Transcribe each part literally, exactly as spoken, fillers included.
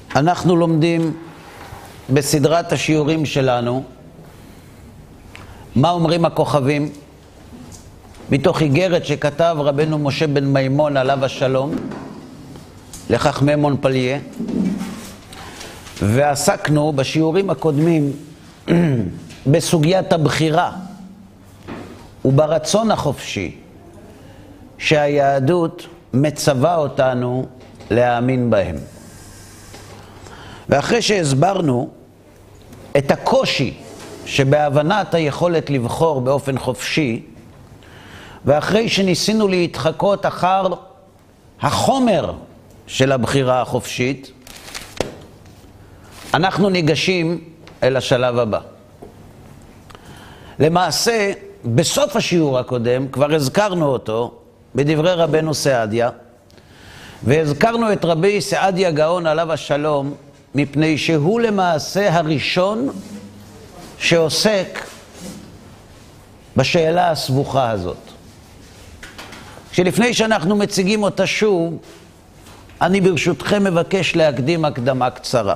אנחנו לומדים בסדרת השיעורים שלנו מה אומרים הכוכבים, מתוך איגרת שכתב רבנו משה בן מימון עליו השלום לחכמי מונפליה, ועסקנו בשיעורים הקודמים בסוגיית הבחירה וברצון החופשי שהיהדות מצווה אותנו להאמין בהם. ואחרי שהסברנו את הקושי שבהבנת היכולת לבחור באופן חופשי, ואחרי שניסינו להתחקות אחר החומר של הבחירה החופשית, אנחנו ניגשים אל השלב הבא. למעשה, בסוף השיעור הקודם כבר הזכרנו אותו בדברי רבנו סעדיה, והזכרנו את רבי סעדיה גאון עליו השלום, מפני שהוא למעשה הראשון שעוסק בשאלה הסבוכה הזאת. שלפני שאנחנו מציגים אותה שוב, אני ברשותכם מבקש להקדים הקדמה קצרה.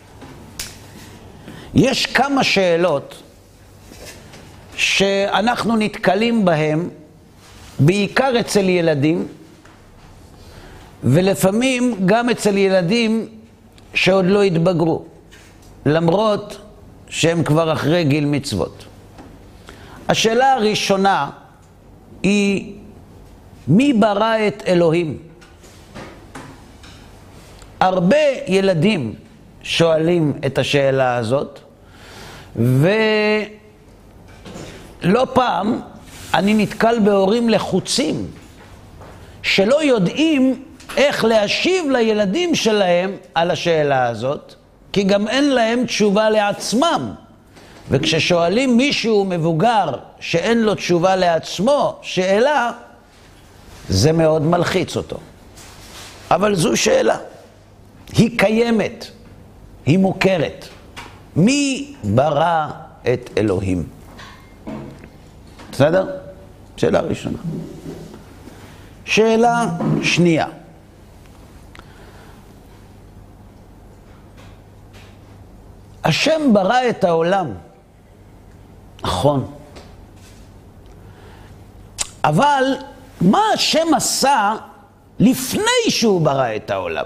יש כמה שאלות שאנחנו נתקלים בהן, בעיקר אצל ילדים, ולפעמים גם אצל ילדים שעוד לא התבגרו, למרות שהם כבר אחרי גיל מצוות. השאלה הראשונה היא, מי ברא את אלוהים? הרבה ילדים שואלים את השאלה הזאת, ולא פעם אני נתקל בהורים לחוצים שלא יודעים איך להשיב לילדים שלהם על השאלה הזאת, כי גם אין להם תשובה לעצמם. וכששואלים מישהו מבוגר שאין לו תשובה לעצמו שאלה, זה מאוד מלחיץ אותו. אבל זו שאלה. היא קיימת, היא מוכרת. מי ברא את אלוהים? בסדר? שאלה ראשונה. שאלה שנייה. השם ברא את העולם, נכון. אבל מה השם עשה לפני שהוא ברא את העולם?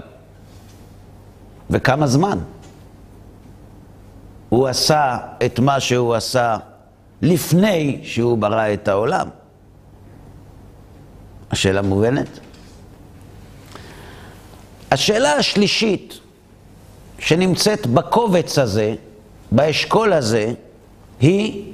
וכמה זמן הוא עשה את מה שהוא עשה לפני שהוא ברא את העולם? השאלה מובנת? השאלה השלישית שנמצאת בקובץ הזה, באשכול הזה, היא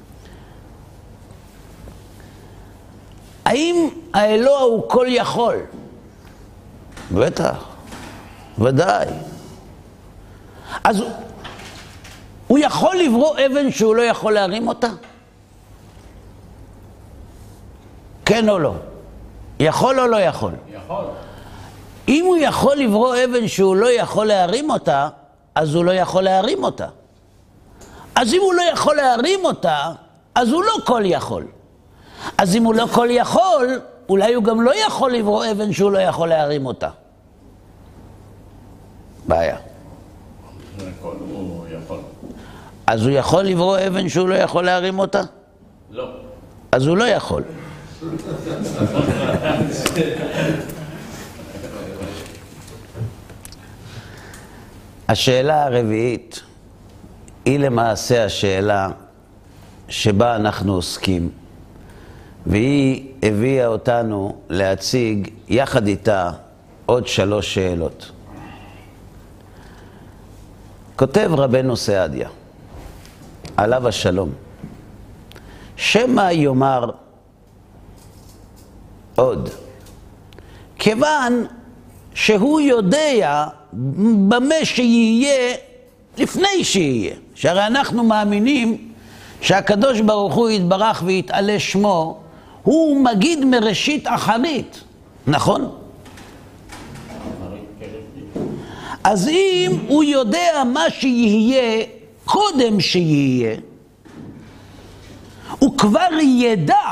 האם האלוה הוא כל יכול? בטח, ודאי. אז הוא יכול לברוא אבן שהוא לא יכול להרים אותה? כן או לא? יכול או לא יכול? יכול. אם הוא יכול לברוא אבן שהוא לא יכול להרים אותה, אז הוא לא יכול להרים אותה. אז אם הוא לא יכול להרים אותה, אז הוא לא כל יכול. אז אם הוא לא כל יכול, אולי הוא גם לא יכול לברוא אבן שהוא לא יכול להרים אותה. בעיה. הכל הוא יכול. אז הוא יכול לברוא אבן שהוא לא יכול להרים אותה? לא. אז הוא לא יכול. השאלה הרביעית היא למעשה השאלה שבה אנחנו עוסקים, והיא הביאה אותנו להציג יחד איתה עוד שלוש שאלות. כותב רבנו סעדיה עליו השלום, שמא יאמר עוד, כיוון שהוא יודע במה שיהיה לפני שיהיה. שהרי אנחנו מאמינים שהקדוש ברוך הוא יתברך ויתעלה שמו, הוא מגיד מראשית אחרית, נכון? אז אם הוא יודע מה שיהיה קודם שיהיה, הוא כבר ידע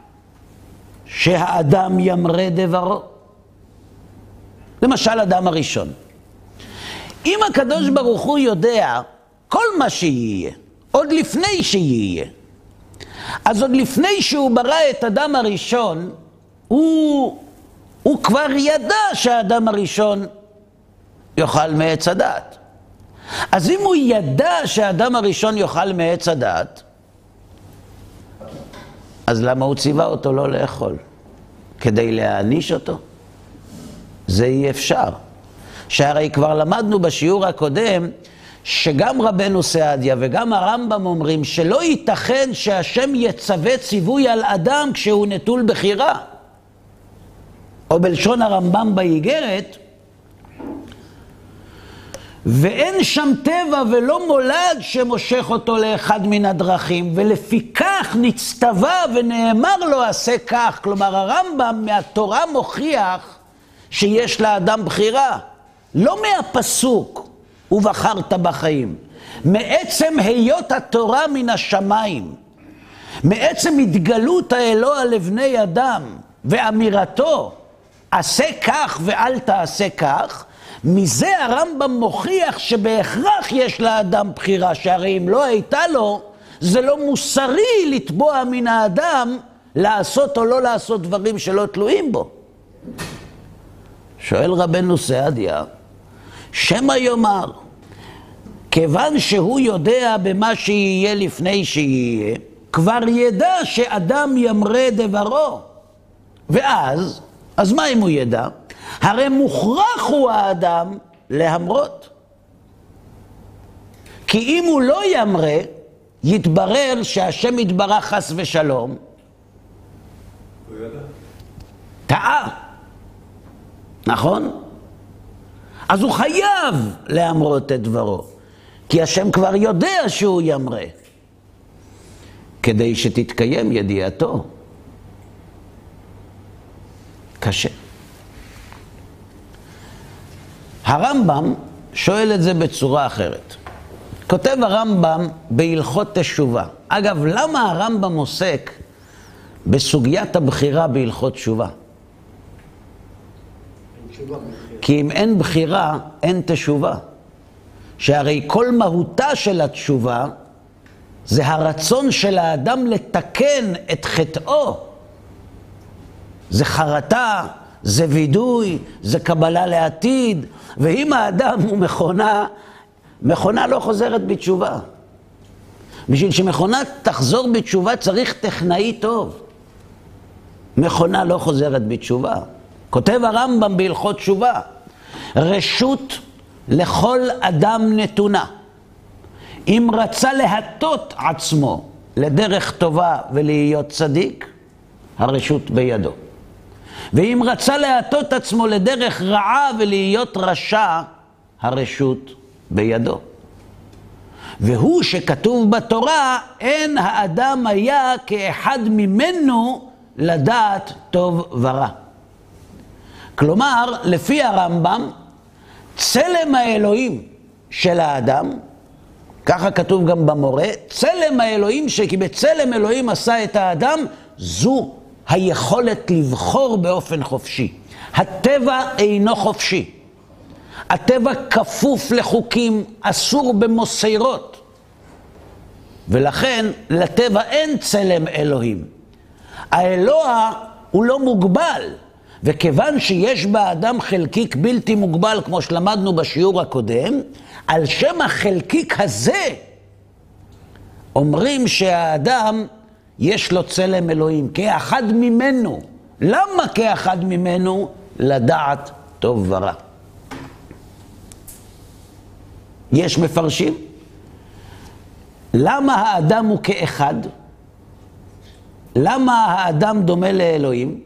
שהאדם ימרה דברו. למשל, אדם הראשון. אם הקדוש ברוך הוא יודע כל מה שיהיה, עוד לפני שיהיה, אז עוד לפני שהוא ברא את אדם הראשון, הוא, הוא כבר ידע שהאדם הראשון יאכל מעץ הדעת. אז אם הוא ידע שהאדם הראשון יאכל מעץ הדעת, אז למה הוא ציווה אותו לא לאכול? כדי להעניש אותו? זה אי אפשר. שהרי כבר למדנו בשיעור הקודם, שגם רבנו סעדיה וגם הרמב"ם אומרים שלא ייתכן שהשם יצווה ציווי על אדם כשהוא נטול בחירה. או בלשון הרמב"ם באיגרת, ואין שם טבע ולא מולד שמושך אותו לאחד מן הדרכים, ולפיכך נצטווה ונאמר לו עשה כך. כלומר הרמב"ם מהתורה מוכיח שיש לאדם בחירה, לא מהפסוק ובחרת בחיים, מעצם היות התורה מן השמיים, מעצם התגלות האלוה לבני אדם ואמירתו עשה כך ואל תעשה כך. מזה הרמב"ם מוכיח שבהכרח יש לאדם בחירה, שהרי אם לא הייתה לו, זה לא מוסרי לתבוע מן האדם לעשות או לא לעשות דברים שלא תלויים בו. שואל רבנו סעדיה, שמא יאמר, כיוון שהוא יודע במה שיהיה לפני שיהיה, כבר ידע שאדם ימרה דברו. ואז, אז מה אם הוא ידע? הרי מוכרח הוא האדם להמרות. כי אם הוא לא ימרה, יתברר שהשם יתברך חס ושלום, הוא ידע. טעה. נכון? אז הוא חייב להמרות את דברו, כי השם כבר יודע שהוא ימרה, כדי שתתקיים ידיעתו. קשה. הרמב"ם שואל את זה בצורה אחרת. כותב הרמב"ם בהלכות תשובה. אגב, למה הרמב"ם עוסק בסוגיית הבחירה בהלכות תשובה? כי אם אין בחירה, אין תשובה. שהרי כל מהותה של התשובה זה הרצון של האדם לתקן את חטאו. זה חרטה, זה וידוי, זה קבלה לעתיד. ואם האדם הוא מכונה, מכונה לא חוזרת בתשובה. בשביל שמכונה תחזור בתשובה צריך טכנאי טוב. מכונה לא חוזרת בתשובה. כותב הרמב"ם בהלכות תשובה, רשות לכל אדם נתונה. אם רצה להטות עצמו לדרך טובה ולהיות צדיק, הרשות בידו. ואם רצה להטות עצמו לדרך רעה ולהיות רשע, הרשות בידו. והוא שכתוב בתורה, אין האדם היה כאחד ממנו לדעת טוב ורע. כלומר, לפי הרמב"ם, צלם האלוהים של האדם, ככה כתוב גם במורה, צלם האלוהים שכי בצלם אלוהים עשה את האדם, זו היכולת לבחור באופן חופשי. הטבע אינו חופשי. הטבע כפוף לחוקים, אסור במוסרות. ולכן לטבע אין צלם אלוהים. האלוה הוא לא מוגבל. וכיוון שיש באדם חלקיק בלתי מוגבל, כמו שלמדנו בשיעור הקודם, על שם החלקיק הזה אומרים שהאדם יש לו צלם אלוהים, כאחד ממנו. למה כאחד ממנו? לדעת טוב ורע. יש מפרשים. למה האדם הוא כאחד? למה האדם דומה לאלוהים?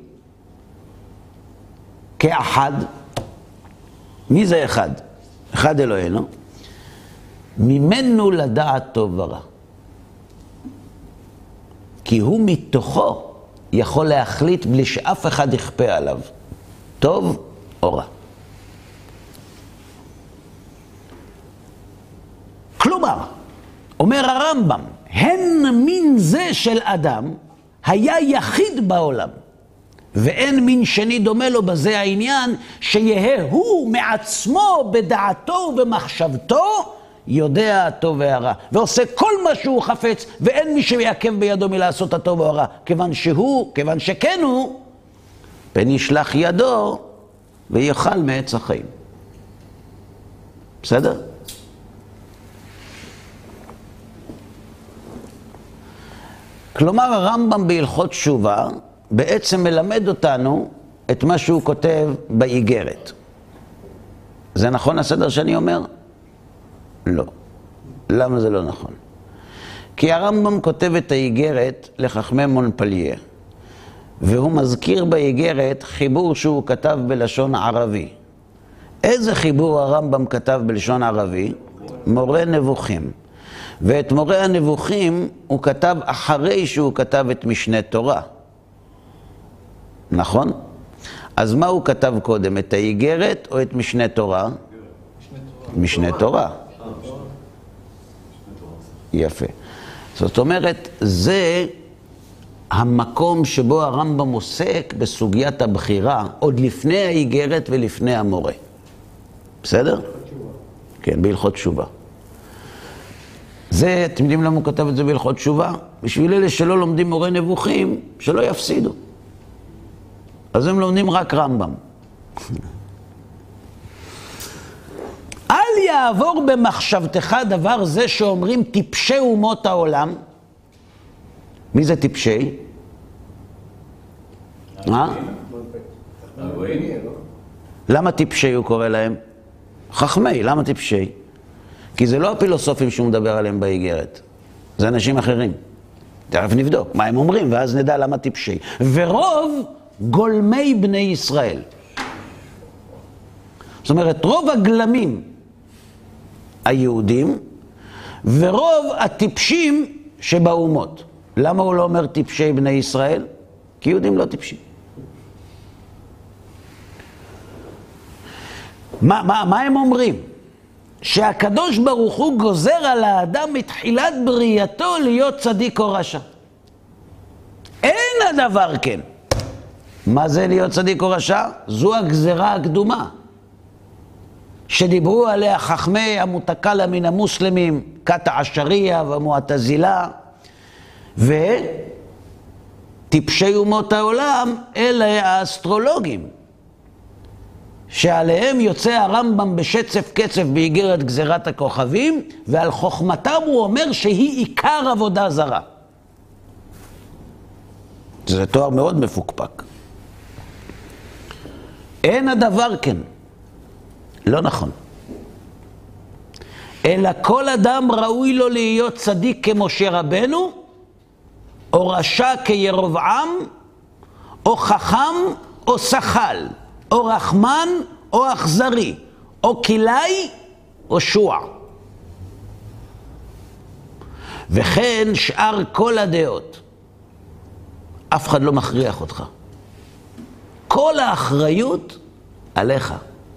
כאחד. מי זה אחד? אחד אלוהינו. ממנו לדעת טוב ורע. כי הוא מתוכו יכול להחליט בלי שאף אחד יכפה עליו, טוב או רע. כלומר, אומר הרמב"ם, הן מין זה של אדם היה יחיד בעולם, ואין מין שני דומה לו בזה העניין, שיהא הוא מעצמו בדעתו ובמחשבתו, יודע הטוב והרע, ועושה כל מה שהוא חפץ, ואין מי שיעכב בידו מלעשות הטוב והרע, כיוון שהוא, כיוון שכן הוא, פן ישלח ידו ויאכל מעץ החיים. בסדר? כלומר, הרמב"ם בהלכות תשובה בעצם מלמד אותנו את מה שהוא כותב באיגרת. זה נכון הסדר שאני אומר? לא. למה זה לא נכון? כי הרמב"ם כותב את האיגרת לחכמי מונפליה, והוא מזכיר באיגרת חיבור שהוא כתב בלשון ערבי. איזה חיבור הרמב"ם כתב בלשון ערבי? מורה נבוכים. ואת מורה הנבוכים הוא כתב אחרי שהוא כתב את משנה תורה. נכון? אז מה הוא כתב קודם? את האיגרת או את משנה תורה? משנה תורה. יפה. זאת אומרת, זה המקום שבו הרמב"ם עוסק בסוגיית הבחירה, עוד לפני האיגרת ולפני המורה. בסדר? כן, בהלכות תשובה. זה, אתם יודעים למה הוא כתב את זה בהלכות תשובה? בשביל אלה שלא לומדים מורה נבוכים, שלא יפסידו. אז הם לומדים רק רמב"ם. אל יעבור במחשבתך דבר זה שאומרים טיפשי אומות העולם. מי זה טיפשי? מה? למה טיפשי הוא קורא להם? חכמי, למה טיפשי? כי זה לא הפילוסופים שהוא מדבר עליהם באיגרת. זה אנשים אחרים. תכף נבדוק מה הם אומרים, ואז נדע למה טיפשי. ורוב גולמי בני ישראל. זאת אומרת, רוב הגלמים היהודים, ורוב הטיפשים שבאומות. למה הוא לא אומר טיפשי בני ישראל? כי יהודים לא טיפשים. מה, מה, מה הם אומרים? שהקדוש ברוך הוא גוזר על האדם מתחילת בריאתו להיות צדיק או רשע. אין הדבר כן. מה זה להיות צדיק או רשע? זו הגזרה הקדומה. שדיברו עליה חכמי המותקלה מן המוסלמים, קטע השריעה והמועתזילה, וטיפשי אומות העולם אלה האסטרולוגים, שעליהם יוצא הרמב"ם בשצף קצף באיגרת גזירת הכוכבים, ועל חוכמתם הוא אומר שהיא עיקר עבודה זרה. זה תואר מאוד מפוקפק. אין הדבר כן. לא נכון. אלא כל אדם ראוי לו להיות צדיק כמשה רבנו, או רשע כירבעם, או חכם או שחל, או רחמן או אכזרי, או כלאי או שוע. וכן שאר כל הדעות. אף אחד לא מכריח אותך. כל האחריות עליך.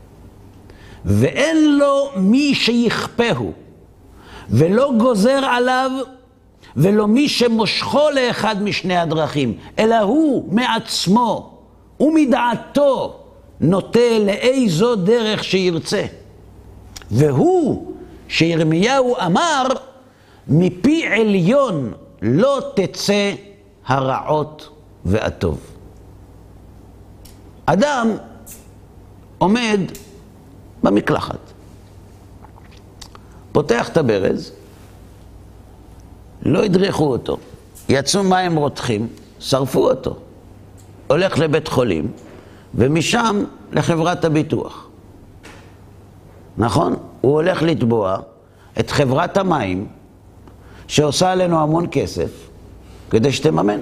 ואין לו מי שיכפהו, ולא גוזר עליו, ולא מי שמושכו לאחד משני הדרכים, אלא הוא מעצמו ומדעתו נוטה לאיזו דרך שירצה. והוא שירמיהו אמר, מפי עליון לא תצא הרעות והטוב. אדם עומד במקלחת, פותח את הברז, לא הדריכו אותו, יצאו מים רותחים, שרפו אותו, הולך לבית חולים, ומשם לחברת הביטוח. נכון? הוא הולך לתבוע את חברת המים, שעושה עלינו המון כסף, כדי שתממן.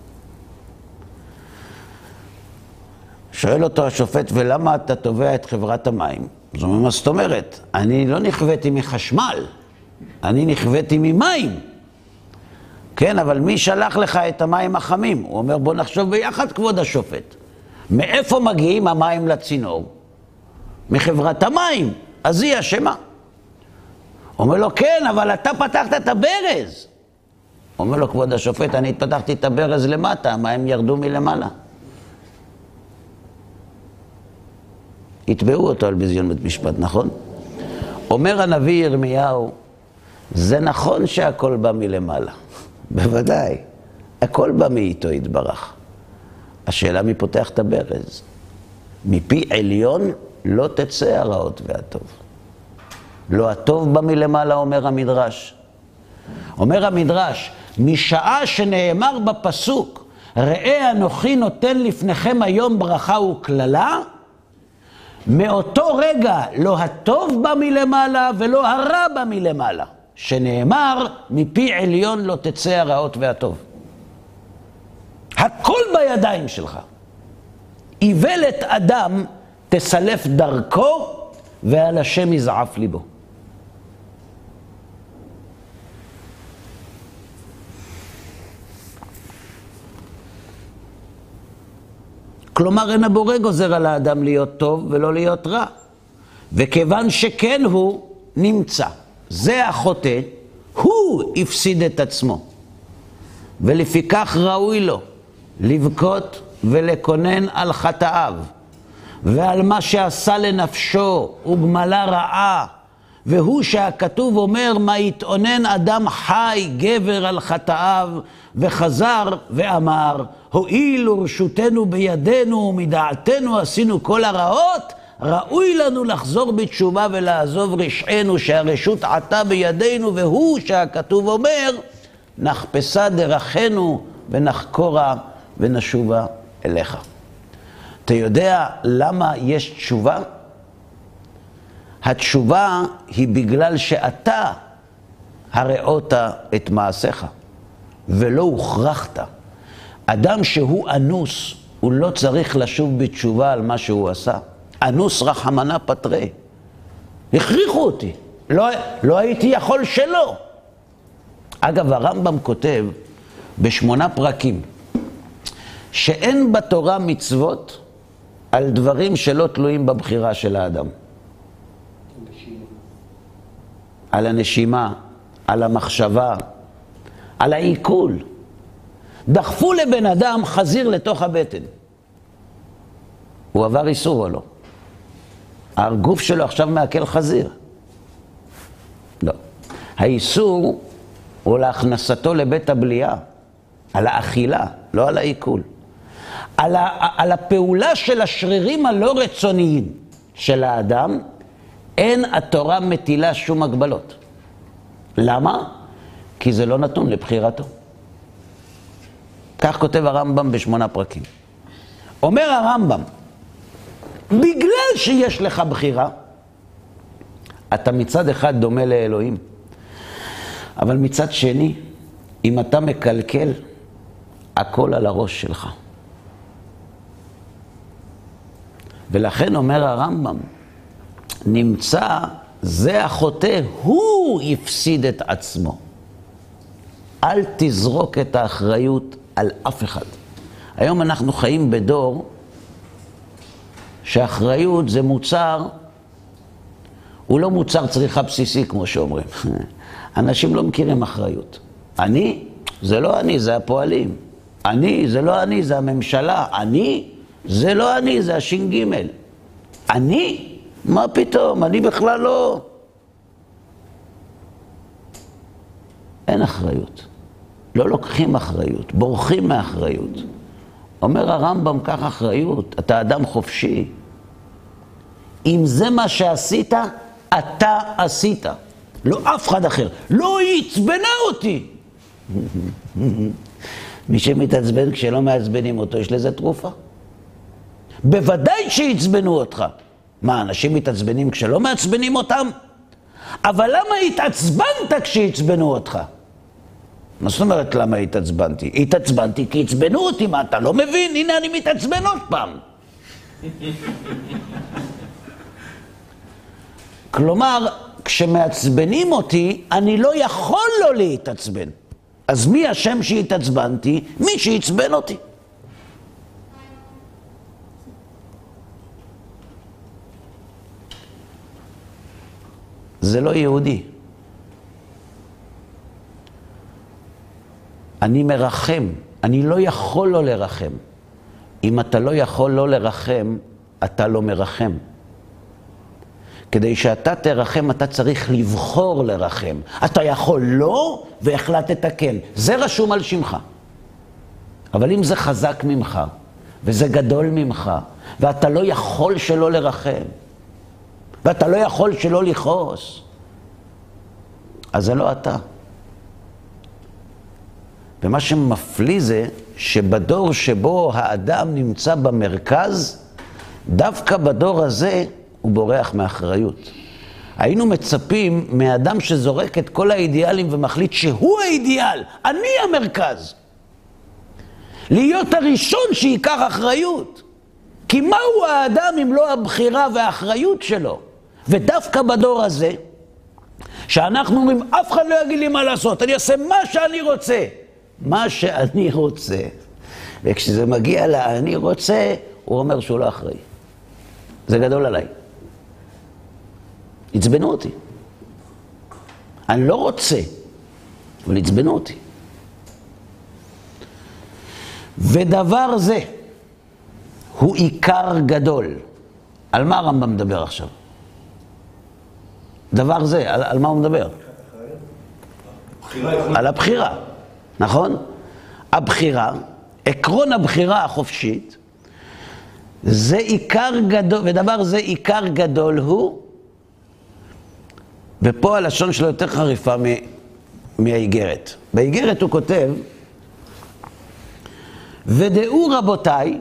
שואל אותו השופט, ולמה אתה תובע את חברת המים? אז הוא אומר, מה זאת אומרת? אני לא נכוויתי מחשמל, אני נכוויתי ממים. כן, אבל מי שלח לך את המים החמים? הוא אומר, בוא נחשוב ביחד, כבוד השופט. מאיפה מגיעים המים לצינור? מחברת המים, אז היא אשמה. אומר לו, כן, אבל אתה פתחת את הברז. אומר לו, כבוד השופט, אני פתחתי את הברז למטה, המים ירדו מלמעלה. יתבעו אותו על ביזיון בית משפט, נכון? אומר הנביא ירמיהו, זה נכון שהכל בא מלמעלה. בוודאי. הכל בא מאיתו יתברך. השאלה מי פותח את הברז. מפי עליון לא תצא הרעות והטוב. לא הטוב בא מלמעלה, אומר המדרש. אומר המדרש, משעה שנאמר בפסוק, ראה אנוכי נותן לפניכם היום ברכה וכללה, מאותו רגע לא הטוב בא מלמעלה ולא הרע בא מלמעלה. שנאמר, מפי עליון לא תצא הרעות והטוב. הכל בידיים שלך. איוולת אדם תסלף דרכו ועל השם יזעף ליבו. כלומר, אין הבורא גוזר על האדם להיות טוב ולא להיות רע. וכיוון שכן הוא נמצא. זה החוטא, הוא הפסיד את עצמו. ולפיכך ראוי לו לבכות ולקונן על חטאיו, ועל מה שעשה לנפשו וגמלה רעה, והוא שהכתוב אומר, מה יתאונן אדם חי גבר על חטאיו, וחזר ואמר, הואיל ורשותנו בידינו ומדעתנו עשינו כל הרעות, ראוי לנו לחזור בתשובה ולעזוב רשענו, שהרשות עתה בידינו, והוא שהכתוב אומר, נחפשה דרכנו ונחקורה ונשובה אליך. אתה יודע למה יש תשובה? התשובה היא בגלל שאתה הראות את מעשיך ולא הוכרחת. אדם שהוא אנוס, הוא לא צריך לשוב בתשובה על מה שהוא עשה. אנוס רחמנה פטרי. הכריחו אותי. לא, לא הייתי יכול שלא. אגב, הרמב"ם כותב בשמונה פרקים שאין בתורה מצוות על דברים שלא תלויים בבחירה של האדם. על הנשימה, על המחשבה, על העיכול. דחפו לבן אדם חזיר לתוך הבטן. הוא עבר איסור או לא? הגוף שלו עכשיו מעכל חזיר. לא. האיסור הוא להכנסתו לבית הבליעה, על האכילה, לא על העיכול. על, ה, על הפעולה של השרירים הלא רצוניים של האדם, אין התורה מטילה שום הגבלות. למה? כי זה לא נתון לבחירתו. כך כותב הרמב"ם בשמונה פרקים. אומר הרמב"ם, בגלל שיש לך בחירה, אתה מצד אחד דומה לאלוהים, אבל מצד שני, אם אתה מקלקל, הכל על הראש שלך. ולכן אומר הרמב"ם, נמצא זה החוטא, הוא יפסיד את עצמו. אל תזרוק את האחריות על אף אחד. היום אנחנו חיים בדור שאחריות זה מוצר, הוא לא מוצר צריכה בסיסי כמו שאומרים. אנשים לא מכירים אחריות. אני, זה לא אני, זה הפועלים. אני, זה לא אני, זה הממשלה. אני, זה לא אני, זה הש"ג. אני? מה פתאום? אני בכלל לא. אין אחריות. לא לוקחים אחריות, בורחים מאחריות. אומר הרמב"ם, כך אחריות, אתה אדם חופשי. אם זה מה שעשית, אתה עשית. לא אף אחד אחר. לא יצבנה אותי. מי שמתעצבן כשלא מעצבנים אותו, יש לזה תרופה. בוודאי שיצבנו אותך. מה, אנשים מתעצבנים כשלא מעצבנים אותם? אבל למה התעצבנת כשיצבנו אותך? מה זאת אומרת למה התעצבנתי? התעצבנתי כי הצבנו אותי, מה אתה לא מבין? הנה אני מתעצבן עוד פעם. כלומר, כשמעצבנים אותי, אני לא יכול לא להתעצבן. אז מי השם שהתעצבנתי? מי שהצבן אותי. זה לא יהודי. אני מרחם, אני לא יכול לא לרחם. אם אתה לא יכול לא לרחם, אתה לא מרחם. כדי שאתה תרחם, אתה צריך לבחור לרחם. אתה יכול לא, והחלטת כן. זה רשום על שמך. אבל אם זה חזק ממך, וזה גדול ממך, ואתה לא יכול שלא לרחם, ואתה לא יכול שלא לכעוס, אז זה לא אתה. ומה שמפליא זה שבדור שבו האדם נמצא במרכז, דווקא בדור הזה הוא בורח מאחריות. היינו מצפים מאדם שזורק את כל האידיאלים ומחליט שהוא האידיאל, אני המרכז. להיות הראשון שיקח אחריות. כי מהו האדם אם לא הבחירה והאחריות שלו? ודווקא בדור הזה, שאנחנו אומרים, אף אחד לא יגיד לי מה לעשות, אני אעשה מה שאני רוצה. מה שאני רוצה. וכשזה מגיע לאני רוצה, הוא אומר שהוא לא אחראי. זה גדול עליי. הצבנו אותי. אני לא רוצה, אבל הצבנו אותי. ודבר זה הוא עיקר גדול. על מה הרמב"ם מדבר עכשיו? דבר זה, על, על מה הוא מדבר? על הבחירה, נכון? הבחירה, עקרון הבחירה החופשית, זה עיקר גדול, ודבר זה עיקר גדול הוא, ופה הלשון שלו יותר חריפה מהאיגרת. באיגרת הוא כותב, ודעו רבותיי,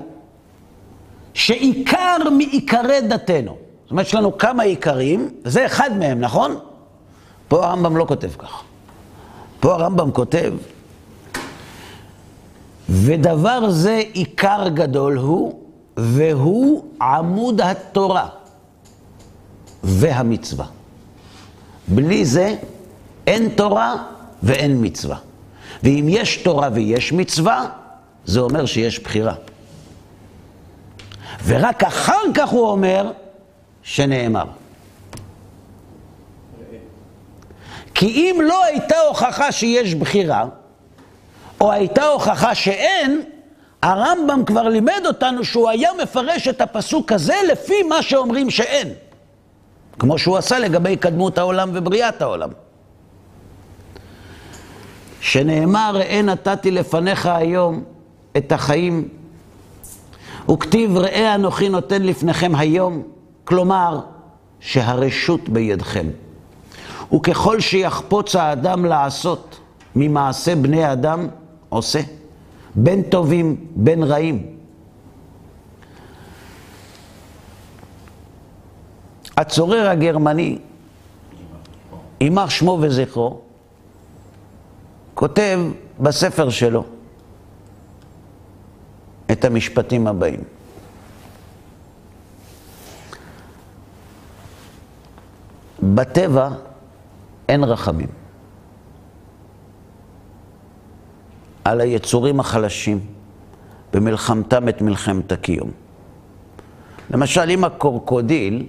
שעיקר מעיקרי דתנו. זאת אומרת, יש לנו כמה עיקרים, זה אחד מהם, נכון? פה הרמב"ם לא כותב כך. פה הרמב"ם כותב, ודבר זה עיקר גדול הוא, והוא עמוד התורה והמצווה. בלי זה אין תורה ואין מצווה. ואם יש תורה ויש מצווה, זה אומר שיש בחירה. ורק אחר כך הוא אומר שנאמר. כי אם לא הייתה הוכחה שיש בחירה, או הייתה הוכחה שאין, הרמב"ם כבר לימד אותנו שהוא היה מפרש את הפסוק הזה לפי מה שאומרים שאין. כמו שהוא עשה לגבי קדמות העולם ובריאת העולם. שנאמר, ראה נתתי לפניך היום את החיים, וכתיב ראה אנוכי נותן לפניכם היום, כלומר שהרשות בידכם. וככל שיחפוץ האדם לעשות ממעשה בני האדם, עושה, בין טובים בין רעים. הצורר הגרמני, יימח שמו וזכרו, כותב בספר שלו את המשפטים הבאים. בטבע אין רחמים. על היצורים החלשים במלחמתם את מלחמת הקיום. למשל, אם הקורקודיל,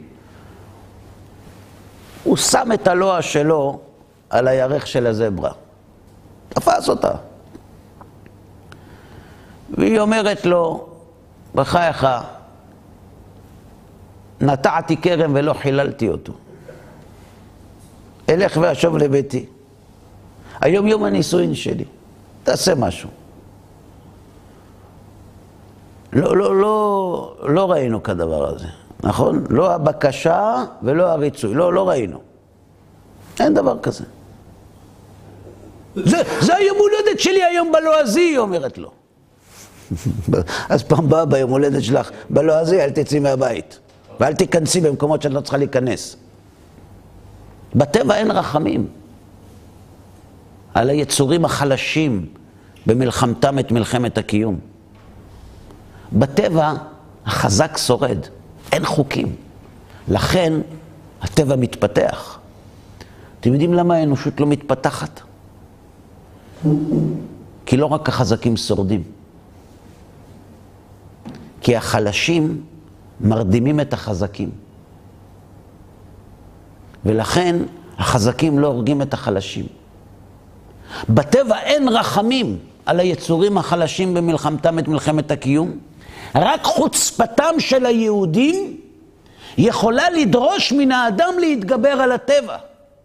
הוא שם את הלוע שלו על הירך של הזברה. תפס אותה. והיא אומרת לו, בחייך, נטעתי כרם ולא חיללתי אותו. אלך ואשוב לביתי. היום יום הנישואין שלי. תעשה משהו. לא, לא, לא, לא ראינו כדבר הזה, נכון? לא הבקשה ולא הריצוי, לא, לא ראינו. אין דבר כזה. זה, זה היום הולדת שלי היום בלועזי, היא אומרת לו. אז פעם באה ביום הולדת שלך, בלועזי, אל תצאי מהבית. ואל תיכנסי במקומות שאת לא צריכה להיכנס. בטבע אין רחמים. על היצורים החלשים במלחמתם את מלחמת הקיום. בטבע החזק שורד, אין חוקים. לכן הטבע מתפתח. אתם יודעים למה האנושות לא מתפתחת? כי לא רק החזקים שורדים. כי החלשים מרדימים את החזקים. ולכן החזקים לא הורגים את החלשים. בטבע אין רחמים על היצורים החלשים במלחמתם את מלחמת הקיום, רק חוצפתם של היהודים יכולה לדרוש מן האדם להתגבר על הטבע.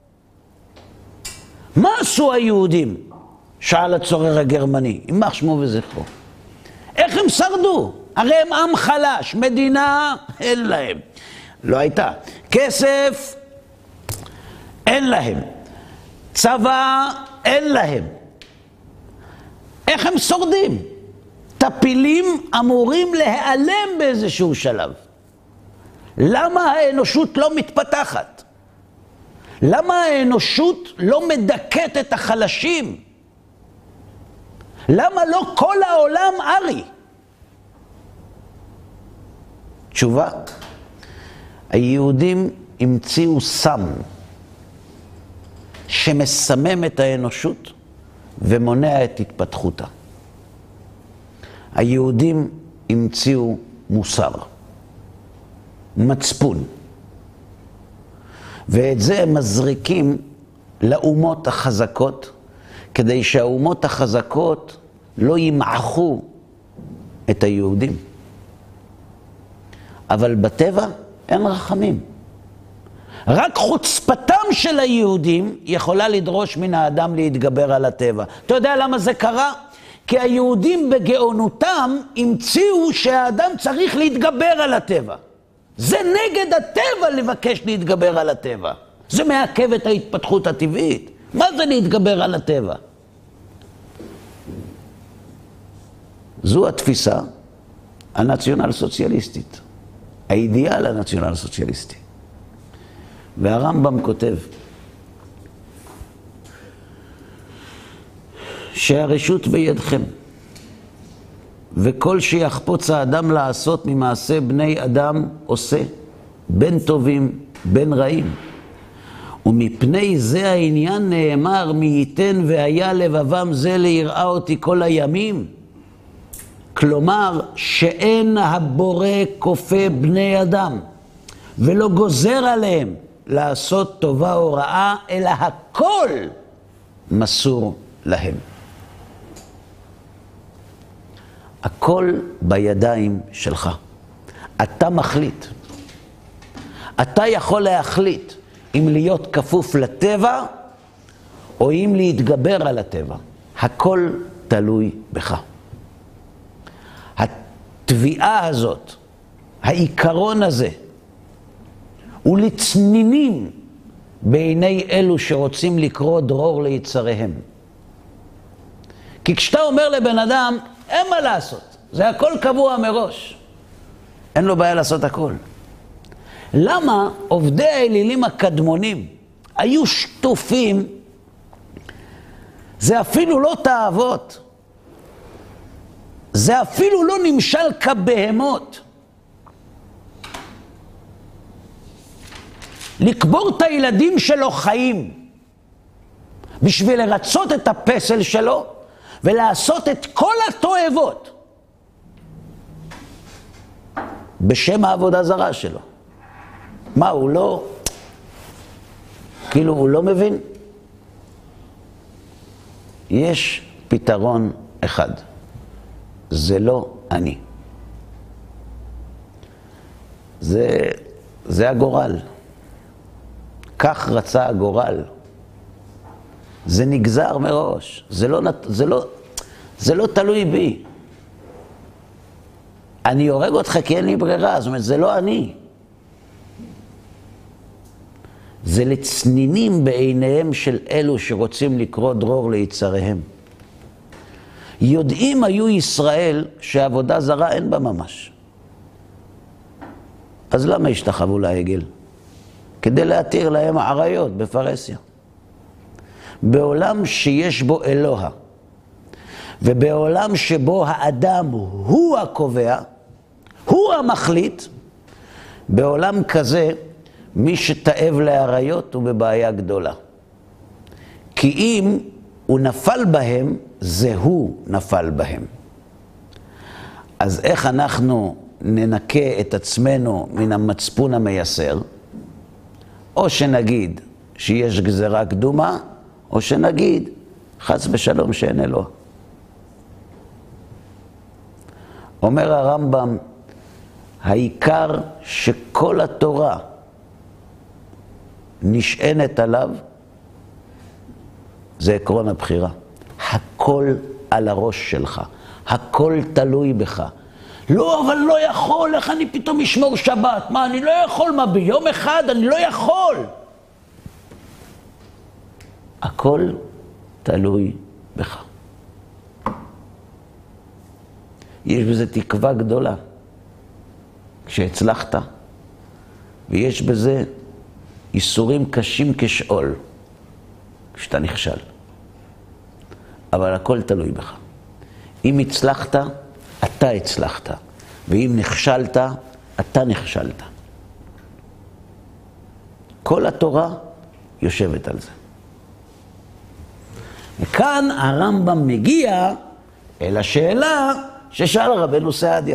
מה עשו היהודים? שאל הצורר הגרמני, יימח שמו וזכרו. איך הם שרדו? הרי הם עם חלש, מדינה אין להם. לא הייתה. כסף אין להם. צבא אין להם. איך הם שורדים? טפילים אמורים להיעלם באיזשהו שלב. למה האנושות לא מתפתחת? למה האנושות לא מדכאת את החלשים? למה לא כל העולם ארי? תשובה, היהודים המציאו סם שמסמם את האנושות ומונע את התפתחותה. היהודים המציאו מוסר, מצפון, ואת זה הם מזריקים לאומות החזקות, כדי שהאומות החזקות לא ימעכו את היהודים. אבל בטבע אין רחמים. רק חוצפתם של היהודים יכולה לדרוש מן האדם להתגבר על הטבע. אתה יודע למה זה קרה? כי היהודים בגאונותם המציאו שהאדם צריך להתגבר על הטבע. זה נגד הטבע לבקש להתגבר על הטבע. זה מעכב את ההתפתחות הטבעית. מה זה להתגבר על הטבע? זו התפיסה הנציונל סוציאליסטית. האידיאל הנציונל סוציאליסטי. והרמב"ם כותב שהרשות בידכם, וכל שיחפוץ האדם לעשות ממעשה בני אדם עושה, בין טובים בין רעים. ומפני זה העניין נאמר, מי ייתן והיה לבבם זה ליראה אותי כל הימים. כלומר, שאין הבורא כופה בני אדם, ולא גוזר עליהם לעשות טובה או רעה, אלא הכל מסור להם. הכל בידיים שלך. אתה מחליט. אתה יכול להחליט אם להיות כפוף לטבע, או אם להתגבר על הטבע. הכל תלוי בך. התביעה הזאת, העיקרון הזה, הוא לצנינים בעיני אלו שרוצים לקרוא דרור ליצריהם. כי כשאתה אומר לבן אדם, אין מה לעשות, זה הכל קבוע מראש. אין לו בעיה לעשות הכל. למה עובדי האלילים הקדמונים היו שטופים? זה אפילו לא תאוות. זה אפילו לא נמשל כבהמות. לקבור את הילדים שלו חיים בשביל לרצות את הפסל שלו ולעשות את כל התועבות בשם העבודה זרה שלו. מה, הוא לא, כאילו הוא לא מבין? יש פתרון אחד, זה לא אני. זה, זה הגורל. כך רצה הגורל. זה נגזר מראש. זה לא, זה לא, זה לא תלוי בי. אני הורג אותך כי אין לי ברירה. זאת אומרת, זה לא אני. זה לצנינים בעיניהם של אלו שרוצים לקרוא דרור ליצריהם. יודעים היו ישראל שעבודה זרה אין בה ממש. אז למה השתחוו לעגל? כדי להתיר להם העריות בפרסיה. בעולם שיש בו אלוה, ובעולם שבו האדם הוא הקובע, הוא המחליט, בעולם כזה מי שתאב לעריות הוא בבעיה גדולה. כי אם הוא נפל בהם, זה הוא נפל בהם. אז איך אנחנו ננקה את עצמנו מן המצפון המייסר? או שנגיד שיש גזרה קדומה, או שנגיד חס ושלום שאין אלוה. אומר הרמב"ם, העיקר שכל התורה נשענת עליו, זה עקרון הבחירה. הכל על הראש שלך, הכל תלוי בך. לא, אבל לא יכול, איך אני פתאום אשמור שבת? מה, אני לא יכול? מה, ביום אחד אני לא יכול? הכל תלוי בך. יש בזה תקווה גדולה כשהצלחת, ויש בזה איסורים קשים כשאול כשאתה נכשל. אבל הכל תלוי בך. אם הצלחת, אתה הצלחת, ואם נכשלת, אתה נכשלת. כל התורה יושבת על זה. וכאן הרמב"ם מגיע אל השאלה ששאל רבנו סעדיה.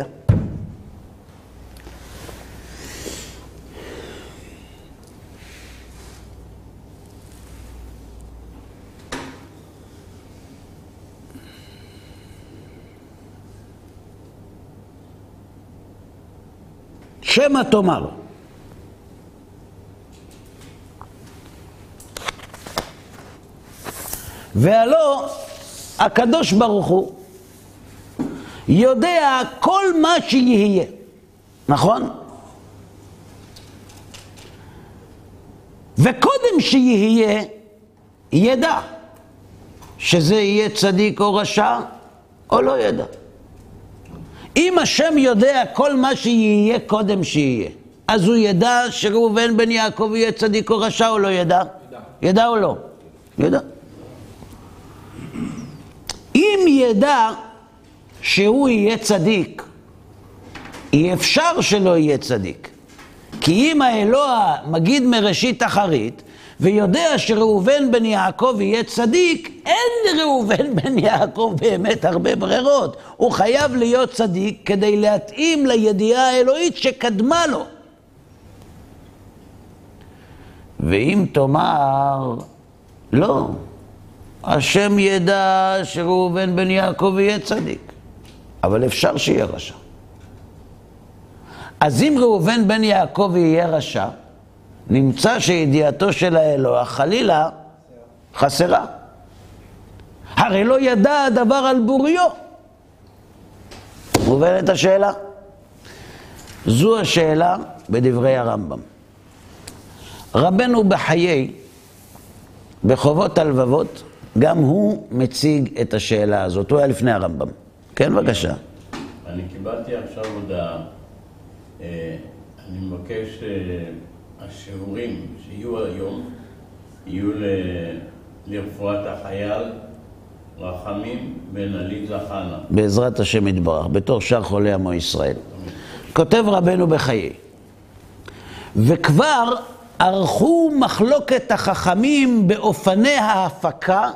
שמא תאמר, והלא הקדוש ברוך הוא יודע כל מה שיהיה, נכון? וקודם שיהיה, ידע שזה יהיה צדיק או רשע, או לא ידע. אם השם יודע כל מה שיהיה קודם שיהיה, אז הוא ידע שראובן בן יעקב יהיה צדיק או רשע, או לא ידע? ידע. ידע או לא? ידע. אם ידע שהוא יהיה צדיק, אי אפשר שלא יהיה צדיק. כי אם האלוה מגיד מראשית אחרית, ויודע שראובן בן יעקב יהיה צדיק, אין לראובן בן יעקב באמת הרבה ברירות. הוא חייב להיות צדיק כדי להתאים לידיעה האלוהית שקדמה לו. ואם תאמר, לא, השם ידע שראובן בן יעקב יהיה צדיק, אבל אפשר שיהיה רשע. אז אם ראובן בן יעקב יהיה רשע, נמצא שידיעתו של האלוה חלילה חסרה. הרי לא ידע הדבר על בוריו. מובנת השאלה? זו השאלה בדברי הרמב"ם. רבנו בחיי, בחובות הלבבות, גם הוא מציג את השאלה הזאת. הוא היה לפני הרמב"ם. כן, בבקשה. אני קיבלתי עכשיו הודעה. אני מבקש השיעורים שיהיו היום, יהיו לרפואת החייל רחמים בן עליזה חנה. בעזרת השם יתברך, בתור שאר חולי עמו ישראל. כותב רבנו בחיי, וכבר ערכו מחלוקת החכמים באופני ההפקה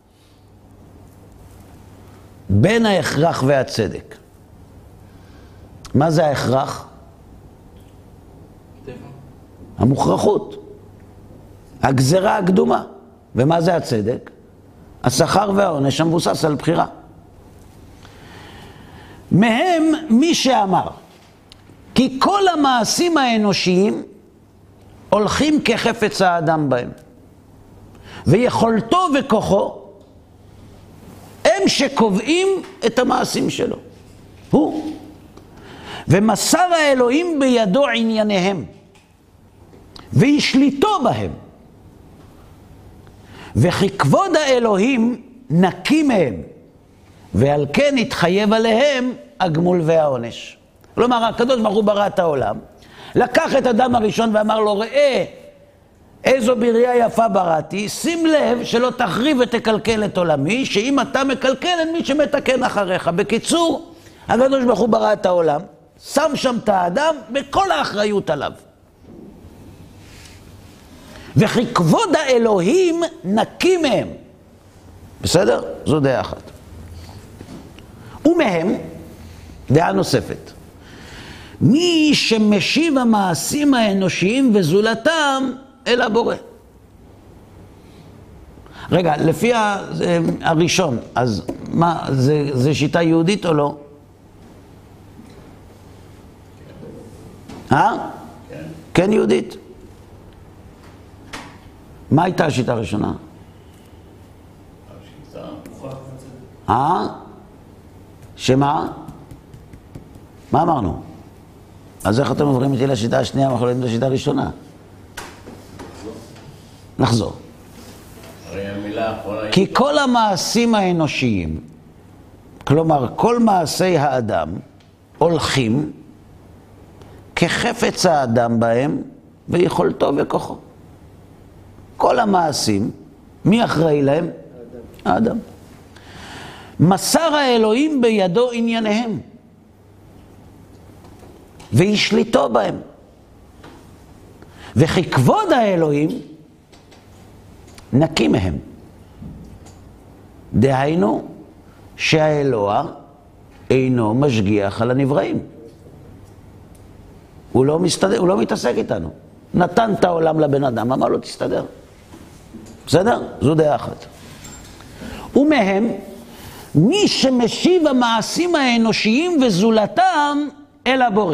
בין ההכרח והצדק. מה זה ההכרח? המוכרחות, הגזרה הקדומה. ומה זה הצדק? השכר והעונש המבוסס על בחירה. מהם מי שאמר כי כל המעשים האנושיים הולכים כחפץ האדם בהם, ויכולתו וכוחו הם שקובעים את המעשים שלו. הוא. ומסר האלוהים בידו ענייניהם, וישליטו בהם. וכי כבוד האלוהים נקי מהם, ועל כן התחייב עליהם הגמול והעונש. כלומר, הקדוש ברוך הוא ברא את העולם, לקח את אדם הראשון ואמר לו, ראה איזו בריאה יפה בראתי, שים לב שלא תחריב ותקלקל את עולמי, שאם אתה מקלקל אין מי שמתקן אחריך. בקיצור, הקדוש ברוך הוא ברא את העולם, שם שם את האדם בכל האחריות עליו. וכי כבוד האלוהים נקי מהם. בסדר? זו דעה אחת. ומהם, דעה נוספת. מי שמשיב המעשים האנושיים וזולתם אל הבורא. רגע, לפי הראשון, אז מה, זה, זה שיטה יהודית או לא? אה? כן. כן, יהודית. מה הייתה השיטה הראשונה? השיטה מוכרח בצדק. אה? שמה? מה אמרנו? אז איך אתם עוברים איתי לשיטה השנייה, אנחנו לא יודעים את השיטה הראשונה? נחזור. הרי המילה האחרונה... כי כל המעשים האנושיים, כלומר כל מעשי האדם, הולכים כחפץ האדם בהם ויכולתו וכוחו. כל המעשים, מי אחראי להם? האדם. האדם. מסר האלוהים בידו ענייניהם והשליטו בהם. וכי כבוד האלוהים נקי מהם. דהיינו שהאלוה אינו משגיח על הנבראים. הוא לא, מסתדר, הוא לא מתעסק איתנו. נתן את העולם לבן אדם, אמר לו תסתדר. בסדר? זו דעה אחת. ומהם מי שמשיב המעשים האנושיים וזולתם אל הבורא.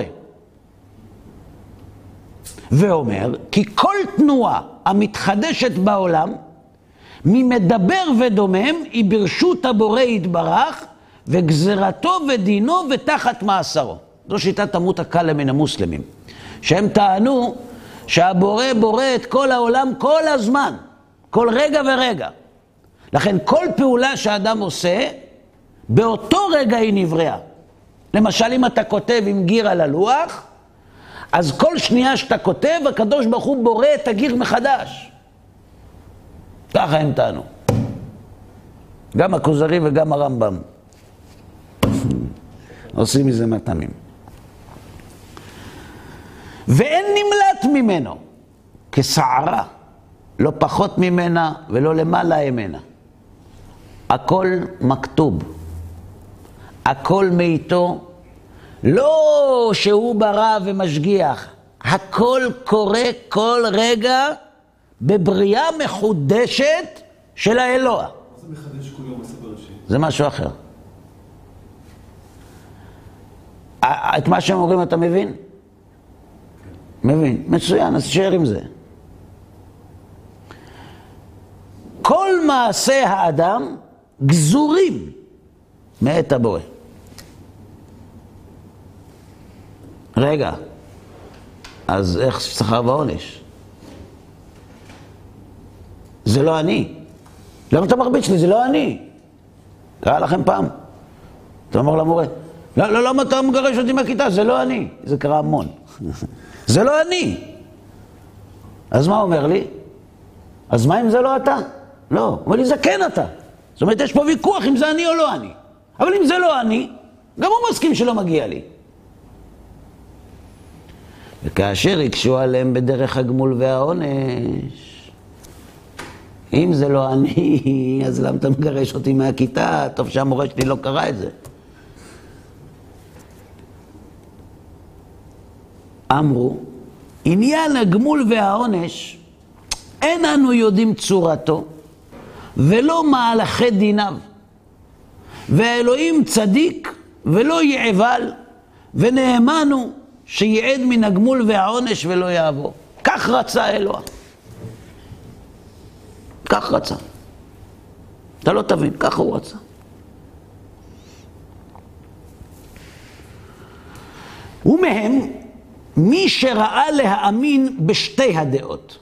ואומר כי כל תנועה המתחדשת בעולם ממדבר ודומם היא ברשות הבורא יתברך וגזרתו ודינו ותחת מאסרו. זו שיטת תמות הקלה מן המוסלמים, שהם טענו שהבורא בורא את כל העולם כל הזמן, כל רגע ורגע. לכן כל פעולה שאדם עושה, באותו רגע היא נבראה. למשל אם אתה כותב עם גיר על הלוח, אז כל שנייה שאתה כותב, הקדוש ברוך הוא בורא את הגיר מחדש. ככה הם טענו. גם הכוזרי וגם הרמב"ם. עושים מזה מתמים. ואין נמלט ממנו כשערה, לא פחות ממנה ולא למעלה ממנה. הכל מכתוב, הכל מאיתו, לא שהוא ברא ומשגיח, הכל קורה כל רגע בבריאה מחודשת של האלוה. מה זה מחדש כל יום עשה בראשית? זה משהו אחר. את מה שהם אומרים אתה מבין? מבין, מצוין, אז תשאר עם זה. כל מעשה האדם גזורים מאת הבורא. רגע, אז איך שכר ועונש? זה לא אני. למה אתה מרביץ לי? זה לא אני. קרא לכם פעם. אתה אומר למורה, לא, לא, למה אתה מגרש אותי מהכיתה? זה לא אני. זה קרה המון. זה לא אני. אז מה אומר לי? אז מה אם זה לא אתה? לא. אבל לי זה כן אתה. זאת אומרת, יש פה ויכוח אם זה אני או לא אני. אבל אם זה לא אני, גם הוא מסכים שלא מגיע לי. וכאשר יקשו עליהם בדרך הגמול והעונש, אם זה לא אני, אז למה אתה מגרש אותי מהכיתה? טוב שהמורה שלי לא קרא את זה. אמרו, עניין הגמול והעונש, אין אנו יודעים צורתו, ולא מהלכי דיניו. והאלוהים צדיק ולא יעבל, ונאמנו שיעד מן הגמול והעונש ולא יעבור. כך רצה אלוה. כך רצה. אתה לא תבין, ככה הוא רצה. ומהם מי שראה להאמין בשתי הדעות,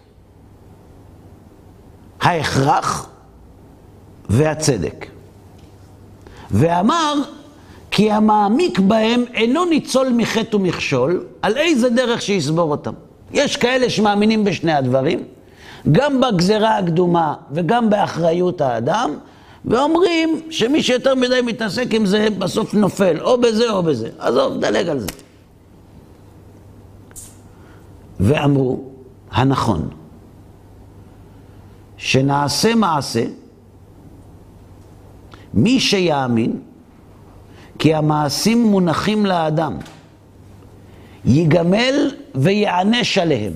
ההכרח והצדק, ואמר כי המעמיק בהם אינו ניצול מחטא ומכשול, על איזה דרך שיסבור אותם. יש כאלה שמאמינים בשני הדברים, גם בגזרה הקדומה וגם באחריות האדם, ואומרים שמי שיותר מדי מתעסק עם זה בסוף נופל, או בזה או בזה. עזוב, דלג על זה. ואמרו, הנכון, שנעשה מעשה, מי שיאמין, כי המעשים מונחים לאדם, יגמל ויענש עליהם,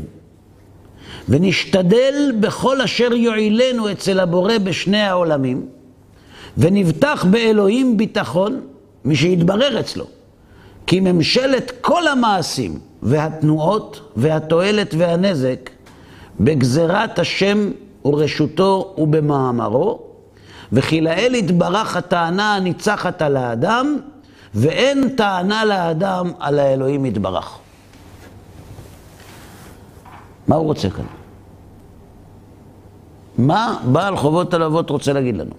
ונשתדל בכל אשר יועילנו אצל הבורא בשני העולמים, ונבטח באלוהים ביטחון, מי שיתברר אצלו, כי ממשלת כל המעשים והתנועות והתועלת והנזק בגזרת השם ורשותו ובמאמרו, וכי לאל יתברך הטענה הניצחת על האדם, ואין טענה לאדם על האלוהים יתברך. מה הוא רוצה כאן? מה בעל חובות הלבבות רוצה להגיד לנו?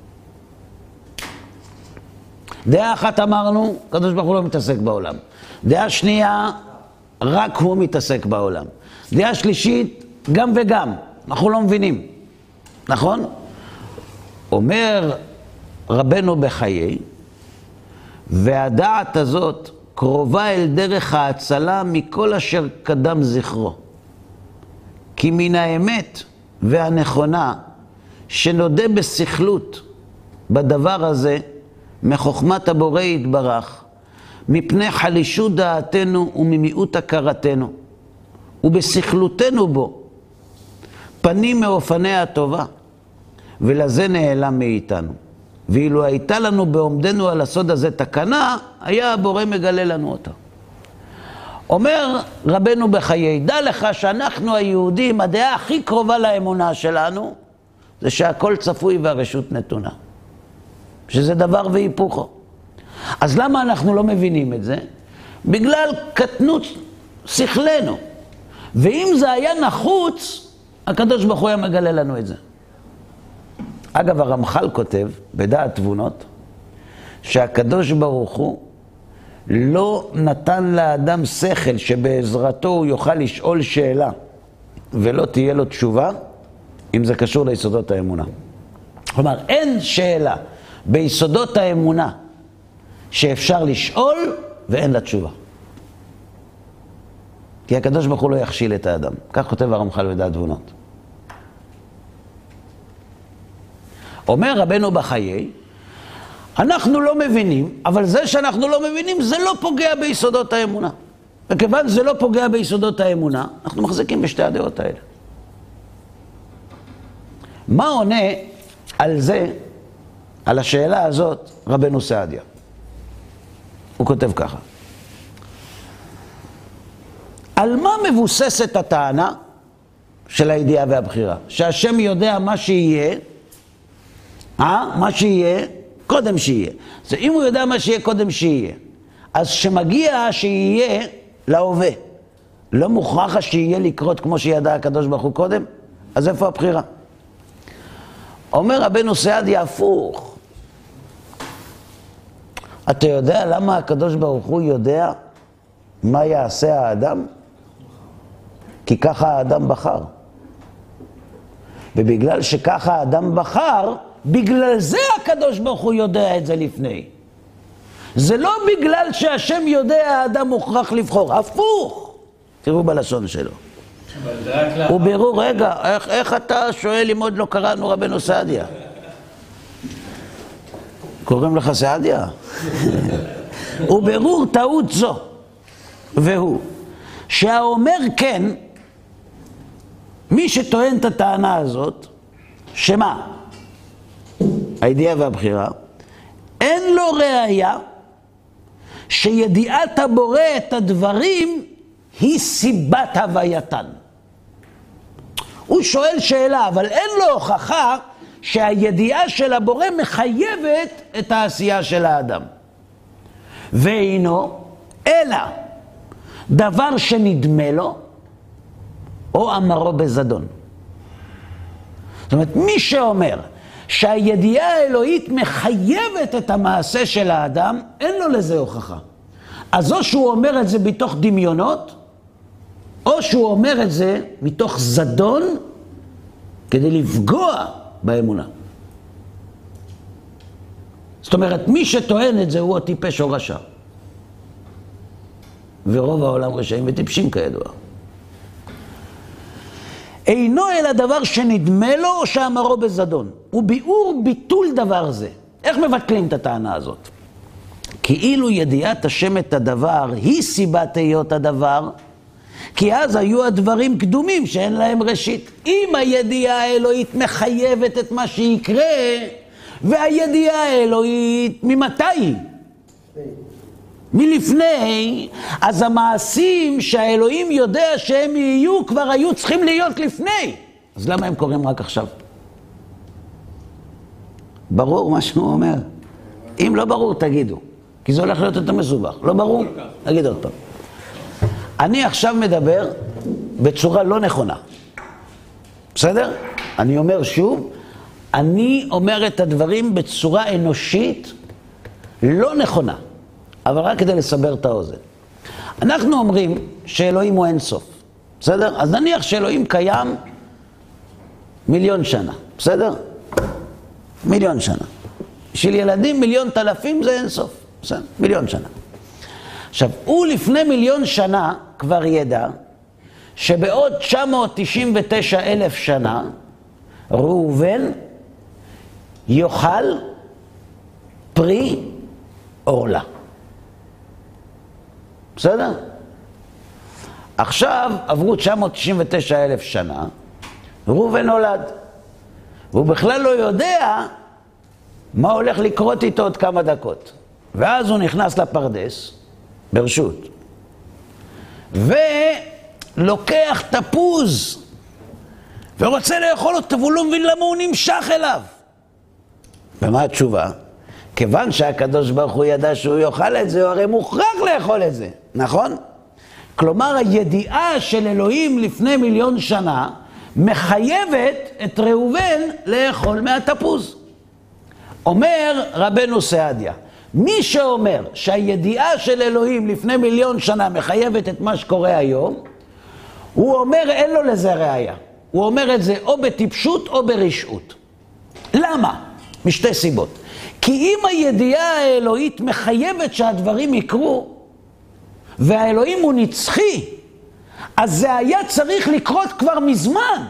דעה אחת אמרנו, הקדוש ברוך הוא לא מתעסק בעולם. דעה שנייה, רק הוא מתעסק בעולם. דעה שלישית, גם וגם, אנחנו לא מבינים. נכון? אומר רבנו בחיי, והדעת הזאת קרובה אל דרך ההצלה מכל אשר קדם זכרו. כי מן האמת והנכונה שנודה בסכלות בדבר הזה, מחוכמת הבורא יתברך, מפני חלישות דעתנו וממיעוט הכרתנו, ובסכלותנו בו, פנים מאופני הטובה, ולזה נעלם מאיתנו. ואילו הייתה לנו בעומדנו על הסוד הזה תקנה, היה הבורא מגלה לנו אותה. אומר רבנו בחיי, דע לך שאנחנו היהודים, הדעה הכי קרובה לאמונה שלנו, זה שהכל צפוי והרשות נתונה. שזה דבר והיפוכו. אז למה אנחנו לא מבינים את זה? בגלל קטנות שכלנו. ואם זה היה נחוץ, הקדוש ברוך הוא היה מגלה לנו את זה. אגב, הרמח"ל כותב, בדעת תבונות, שהקדוש ברוך הוא לא נתן לאדם שכל שבעזרתו הוא יוכל לשאול שאלה ולא תהיה לו תשובה, אם זה קשור ליסודות האמונה. כלומר, אין שאלה ביסודות האמונה שאפשר לשאול ואין לה תשובה. כי הקדוש ברוך הוא לא יכשיל את האדם. כך כותב הרמח"ל בדעת תבונות. אומר רבנו בחיי, אנחנו לא מבינים, אבל זה שאנחנו לא מבינים, זה לא פוגע ביסודות האמונה. וכיוון זה לא פוגע ביסודות האמונה, אנחנו מחזיקים בשתי הדעות האלה. מה עונה על זה, על השאלה הזאת, רבנו סעדיה? הוא כותב ככה. על מה מבוססת הטענה של הידיעה והבחירה? שהשם יודע מה שיהיה, אה? מה שיהיה, קודם שיהיה. אז אם הוא יודע מה שיהיה, קודם שיהיה. אז שמגיע שיהיה להווה. לא מוכרח שיהיה לקרות כמו שידע הקדוש ברוך הוא קודם? אז איפה הבחירה? אומר רבנו סעדיה הפוך. אתה יודע למה הקדוש ברוך הוא יודע מה יעשה האדם? כי ככה האדם בחר. ובגלל שככה האדם בחר, בגלל זה הקדוש ברוך הוא יודע את זה לפני. זה לא בגלל שהשם יודע האדם מוכרח לבחור, הפוך. תראו בלשון שלו. הוא בירור, רגע, איך, איך אתה שואל אם עוד לא קראנו רבנו סעדיה? קוראים לך סעדיה? הוא בירור טעות זו, והוא שהאומר כן, מי שטוען את הטענה הזאת, שמה? הידיעה והבחירה, אין לו ראיה שידיעת הבורא את הדברים היא סיבת הווייתן. הוא שואל שאלה, אבל אין לו הוכחה שהידיעה של הבורא מחייבת את העשייה של האדם. ואינו, אלא דבר שנדמה לו, או אמרו בזדון. זאת אומרת, מי שאומר שהידיעה האלוהית מחייבת את המעשה של האדם, אין לו לזה הוכחה. אז או שהוא אומר את זה בתוך דמיונות, או שהוא אומר את זה מתוך זדון, כדי לפגוע באמונה. זאת אומרת, מי שטוען את זה הוא או טיפש או רשע. ורוב העולם רשעים וטיפשים כידוע. אינו אלא דבר שנדמה לו או שאמרו בזדון. הוא ביאור ביטול דבר זה. איך מבטלים את הטענה הזאת? כאילו ידיעת השם את הדבר היא סיבת היות הדבר, כי אז היו הדברים קדומים שאין להם ראשית. אם הידיעה האלוהית מחייבת את מה שיקרה, והידיעה האלוהית ממתי היא? מלפני, אז המעשים שהאלוהים יודע שהם יהיו, כבר היו צריכים להיות לפני. אז למה הם קוראים רק עכשיו? ברור מה שהוא אומר. אם לא ברור, תגידו. כי זה הולך להיות יותר מסובך. לא ברור? תגיד עוד פעם. אני עכשיו מדבר בצורה לא נכונה. בסדר? אני אומר שוב, אני אומר את הדברים בצורה אנושית לא נכונה. אבל רק כדי לסבר את האוזן. אנחנו אומרים שאלוהים הוא אין סוף. בסדר? אז נניח שאלוהים קיים מיליון שנה. בסדר? מיליון שנה. של ילדים מיליון תלפים זה אין סוף. בסדר? מיליון שנה. עכשיו, הוא לפני מיליון שנה כבר ידע שבעוד תשע מאות תשעים ותשע אלף שנה ראובן יאכל פרי עורלה. בסדר? עכשיו עברו תשע מאות תשעים ותשע אלף שנה, ראובן נולד. והוא בכלל לא יודע מה הולך לקרות איתו עוד כמה דקות. ואז הוא נכנס לפרדס, ברשות, ולוקח תפוז, ורוצה לאכול אותו, והוא לא מבין למה הוא נמשך אליו. ומה התשובה? כיוון שהקדוש ברוך הוא ידע שהוא יאכל את זה, הוא הרי מוכרח לאכול את זה, נכון? כלומר, הידיעה של אלוהים לפני מיליון שנה מחייבת את ראובן לאכול מהתפוז. אומר רבנו סעדיה, מי שאומר שהידיעה של אלוהים לפני מיליון שנה מחייבת את מה שקורה היום, הוא אומר אין לו לזה ראיה. הוא אומר את זה או בטיפשות או ברשעות. למה? משתי סיבות. כי אם הידיעה האלוהית מחייבת שהדברים יקרו, והאלוהים הוא נצחי, אז זה היה צריך לקרות כבר מזמן.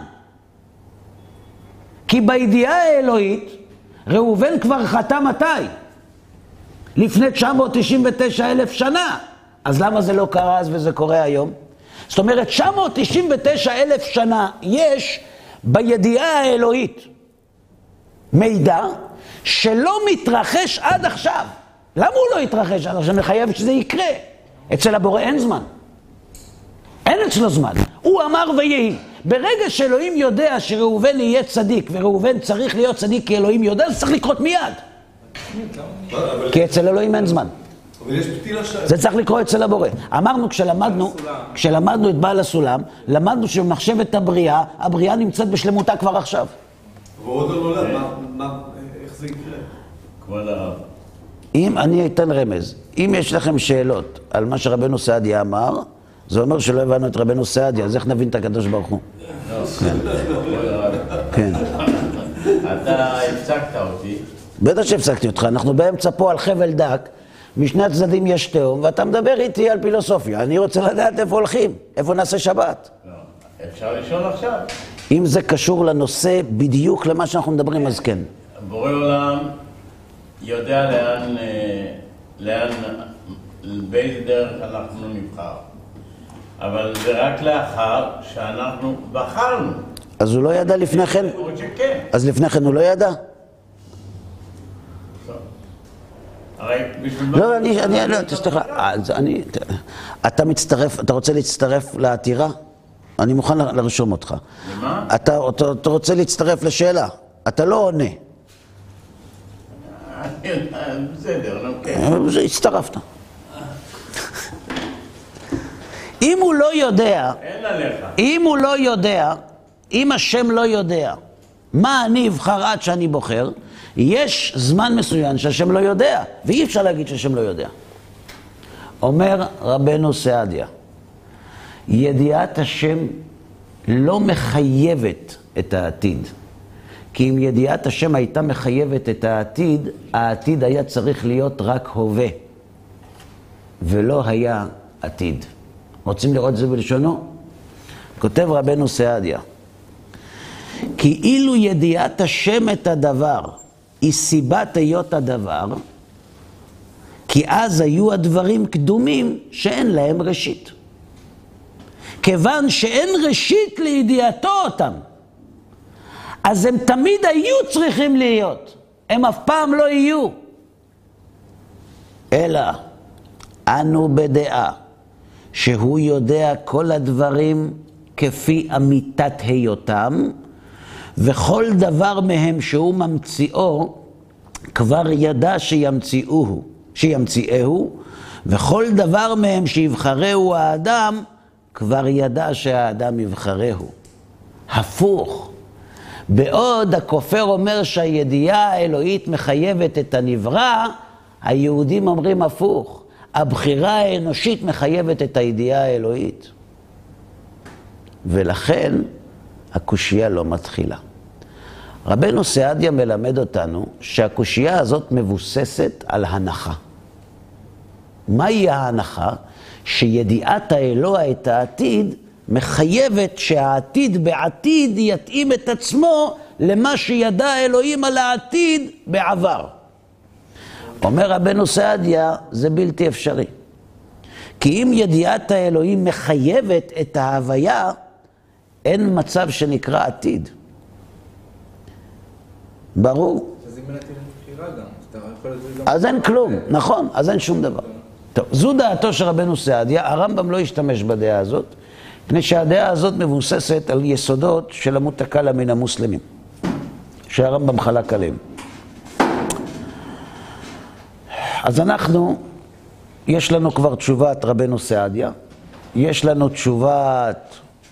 כי בידיעה האלוהית, ראובן כבר חטא מתי? לפני תשע מאות תשעים ותשע אלף שנה. אז למה זה לא קרה אז וזה קורה היום? זאת אומרת, תשע מאות תשעים ותשע אלף שנה יש בידיעה האלוהית מידע שלא מתרחש עד עכשיו. למה הוא לא יתרחש עד עכשיו? מחייב שזה יקרה. אצל הבורא אין זמן. אין אצלו זמן. הוא אמר ויהי. ברגע שאלוהים יודע שראובן יהיה צדיק, וראובן צריך להיות צדיק כי אלוהים יודע, זה צריך לקרות מיד. כי אצל אלוהים אין זמן. זה צריך לקרות אצל הבורא. אמרנו כשלמדנו, כשלמדנו את בעל הסולם, למדנו שבמחשבת הבריאה, הבריאה נמצאת בשלמותה כבר עכשיו. ועוד לא נולד, איך זה יקרה? כבוד הרב. אם אני אתן רמז, אם יש לכם שאלות על מה שרבנו סעדיה אמר, זה אומר שלא הבנו את רבנו סעדיה, אז איך נבין את הקדוש ברוך הוא? כן. אתה הפסקת אותי. בטח שהפסקתי אותך, אנחנו באמצע פה על חבל דק, משני הצדדים יש תהום, ואתה מדבר איתי על פילוסופיה. אני רוצה לדעת איפה הולכים, איפה נעשה שבת. אפשר לשאול עכשיו. אם זה קשור לנושא בדיוק למה שאנחנו מדברים, אז כן. בורא עולם יודע לאן, לאן, באיזה דרך אנחנו נבחר. אבל זה רק לאחר שאנחנו בחרנו. אז הוא לא ידע לפני כן? או שכן. אז לפני כן הוא לא ידע? הרי בשביל... לא, אני, אני, לא, תסתכל, אני, אתה מצטרף, אתה רוצה להצטרף לעתירה? אני מוכן לרשום אותך. למה? אתה, אתה, אתה רוצה להצטרף לשאלה, אתה לא עונה. בסדר, נו, כן. הצטרפת. אם הוא לא יודע, אין עליך. אם הוא לא יודע, אם השם לא יודע, מה אני אבחר עד שאני בוחר, יש זמן מסוים שהשם לא יודע, ואי אפשר להגיד שהשם לא יודע. אומר רבנו סעדיה, ידיעת השם לא מחייבת את העתיד. כי אם ידיעת השם הייתה מחייבת את העתיד, העתיד היה צריך להיות רק הווה, ולא היה עתיד. רוצים לראות זה בלשונו? כותב רבנו סעדיה, כי אילו ידיעת השם את הדבר היא סיבת היות הדבר, כי אז היו הדברים קדומים שאין להם ראשית. כיוון שאין ראשית לידיעתו אותם, אז הם תמיד היו צריכים להיות, הם אף פעם לא יהיו. אלא אנו בדעה שהוא יודע כל הדברים כפי אמיתת היותם, וכל דבר מהם שהוא ממציאו כבר ידע שימציאוהו, שימציאהו, וכל דבר מהם שיבחרהו האדם כבר ידע שהאדם יבחרהו. הפוך. בעוד הכופר אומר שהידיעה האלוהית מחייבת את הנברא, היהודים אומרים הפוך. הבחירה האנושית מחייבת את הידיעה האלוהית. ולכן הקושיה לא מתחילה. רבנו סעדיה מלמד אותנו שהקושיה הזאת מבוססת על הנחה. מהי ההנחה? שידיעת האלוה את העתיד מחייבת שהעתיד בעתיד יתאים את עצמו למה שידע האלוהים על העתיד בעבר. אומר רבנו סעדיה, זה בלתי אפשרי. כי אם ידיעת האלוהים מחייבת את ההוויה, אין מצב שנקרא עתיד. ברור? אז אם אין עתיד לבחירה גם, אז אתה יכול לזה גם... אז אין כלום, נכון, אז אין שום דבר. טוב, זו דעתו של רבנו סעדיה, הרמב"ם לא השתמש בדעה הזאת, מפני שהדעה הזאת מבוססת על יסודות של המותקלה מן המוסלמים, שהרמב"ם חלק עליהם. אז אנחנו, יש לנו כבר תשובת רבנו סעדיה, יש לנו תשובת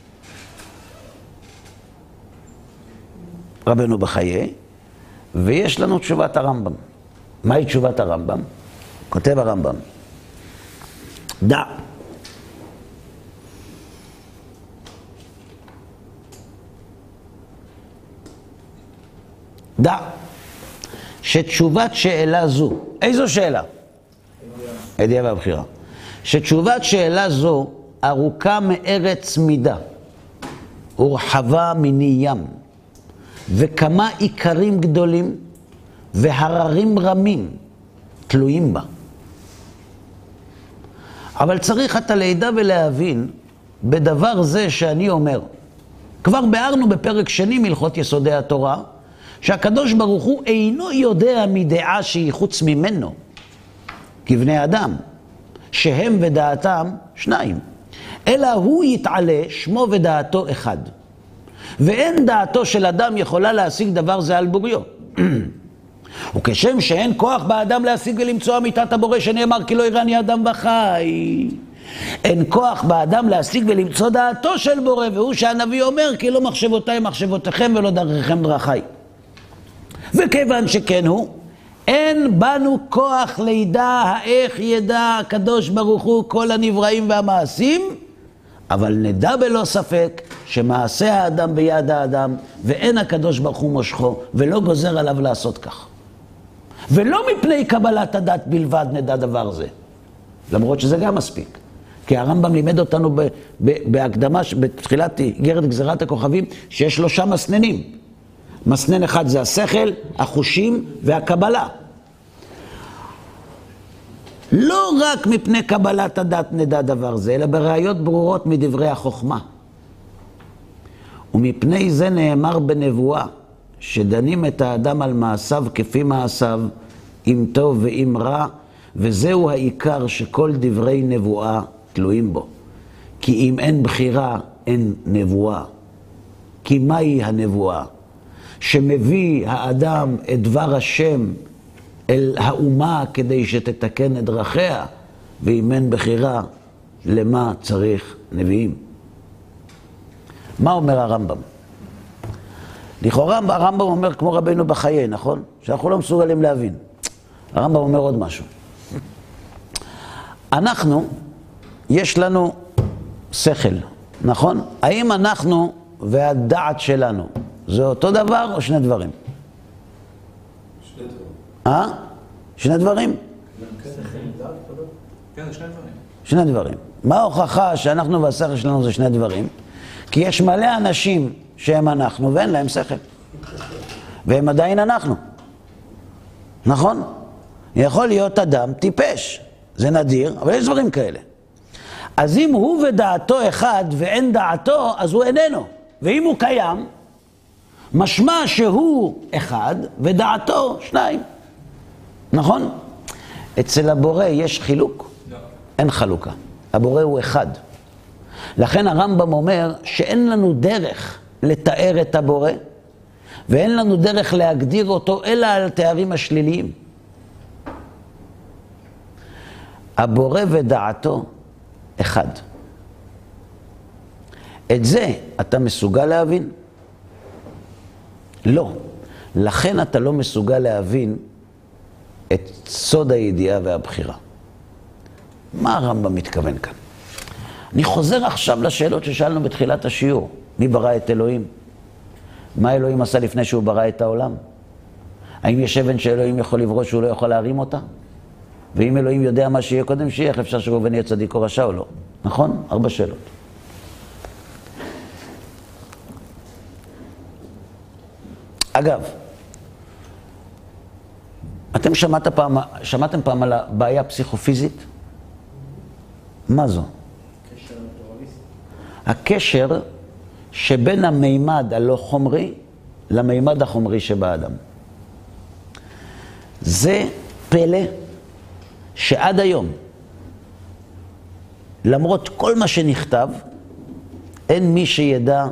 רבנו בחיי, ויש לנו תשובת הרמב"ם. מהי תשובת הרמב"ם? כותב הרמב"ם, דע. דע. שתשובת שאלה זו, איזו שאלה? הידיעה והבחירה. שתשובת שאלה זו ארוכה מארץ מידה, ורחבה מני ים, וכמה עיקרים גדולים והררים רמים תלויים בה. אבל צריך אתה לידע ולהבין בדבר זה שאני אומר. כבר ביארנו בפרק שני מלכות יסודי התורה, שהקדוש ברוך הוא אינו יודע מדעה שהיא חוץ ממנו, כבני אדם, שהם ודעתם שניים, אלא הוא יתעלה שמו ודעתו אחד. ואין דעתו של אדם יכולה להשיג דבר זה על בוריו. וכשם שאין כוח באדם להשיג ולמצוא אמיתת הבורא, שנאמר כי לא יראני אדם וחי. אין כוח באדם להשיג ולמצוא דעתו של בורא, והוא שהנביא אומר כי לא מחשבותיי מחשבותיכם ולא דרככם דרכי. וכיוון שכן הוא, אין בנו כוח לידע איך ידע הקדוש ברוך הוא כל הנבראים והמעשים, אבל נדע בלא ספק שמעשה האדם ביד האדם, ואין הקדוש ברוך הוא מושכו, ולא גוזר עליו לעשות כך. ולא מפני קבלת הדת בלבד נדע דבר זה. למרות שזה גם מספיק. כי הרמב"ם לימד אותנו ב- ב- בהקדמה, בתחילת איגרת גזירת הכוכבים, שיש שלושה מסננים. מסנן אחד זה השכל, החושים והקבלה. לא רק מפני קבלת הדת נדע דבר זה, אלא בראיות ברורות מדברי החוכמה. ומפני זה נאמר בנבואה, שדנים את האדם על מעשיו כפי מעשיו, אם טוב ואם רע, וזהו העיקר שכל דברי נבואה תלויים בו. כי אם אין בחירה, אין נבואה. כי מהי הנבואה? שמביא האדם את דבר השם אל האומה כדי שתתקן את דרכיה, ואם אין בחירה, למה צריך נביאים? מה אומר הרמב"ם? לכאורה הרמב"ם אומר כמו רבנו בחיי, נכון? שאנחנו לא מסוגלים להבין. הרמב"ם אומר עוד משהו. אנחנו, יש לנו שכל, נכון? האם אנחנו והדעת שלנו זה אותו דבר או שני דברים? שני דברים. אה? שני דברים? כן, זה שני דברים. שני דברים. מה ההוכחה שאנחנו והשכל שלנו זה שני דברים? כי יש מלא אנשים שהם אנחנו ואין להם שכל. והם עדיין אנחנו. נכון? יכול להיות אדם טיפש. זה נדיר, אבל יש דברים כאלה. אז אם הוא ודעתו אחד ואין דעתו, אז הוא איננו. ואם הוא קיים, משמע שהוא אחד ודעתו שניים. נכון? אצל הבורא יש חילוק? לא. אין חלוקה. הבורא הוא אחד. לכן הרמב"ם אומר שאין לנו דרך לתאר את הבורא, ואין לנו דרך להגדיר אותו אלא על תארים השליליים. הבורא ודעתו אחד. את זה אתה מסוגל להבין? לא. לכן אתה לא מסוגל להבין את סוד הידיעה והבחירה. מה הרמב"ם מתכוון כאן? אני חוזר עכשיו לשאלות ששאלנו בתחילת השיעור. מי ברא את אלוהים? מה אלוהים עשה לפני שהוא ברא את העולם? האם יש אבן שאלוהים יכול לברוא שהוא לא יכול להרים אותה? ואם אלוהים יודע מה שיהיה קודם שיהיה, איך אפשר שראובן יהיה צדיק או רשע או לא? נכון? ארבע שאלות. אגב, אתם שמעת פעם, שמעתם פעם על הבעיה הפסיכופיזית? מה זו? קשר נטורליסטי. הקשר שבין המימד הלא חומרי למימד החומרי שבאדם. זה פלא שעד היום, למרות כל מה שנכתב, אין מי שידע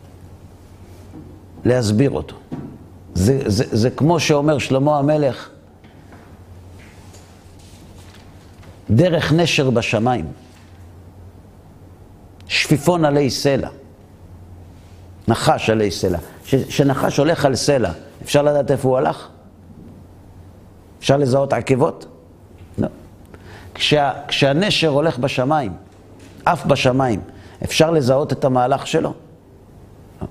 להסביר אותו. זה, זה, זה כמו שאומר שלמה המלך, דרך נשר בשמיים, שפיפון עלי סלע, נחש עלי סלע. שנחש הולך על סלע, אפשר לדעת איפה הוא הלך? אפשר לזהות עקבות? לא. כשה, כשהנשר הולך בשמיים, אף בשמיים, אפשר לזהות את המהלך שלו? לא.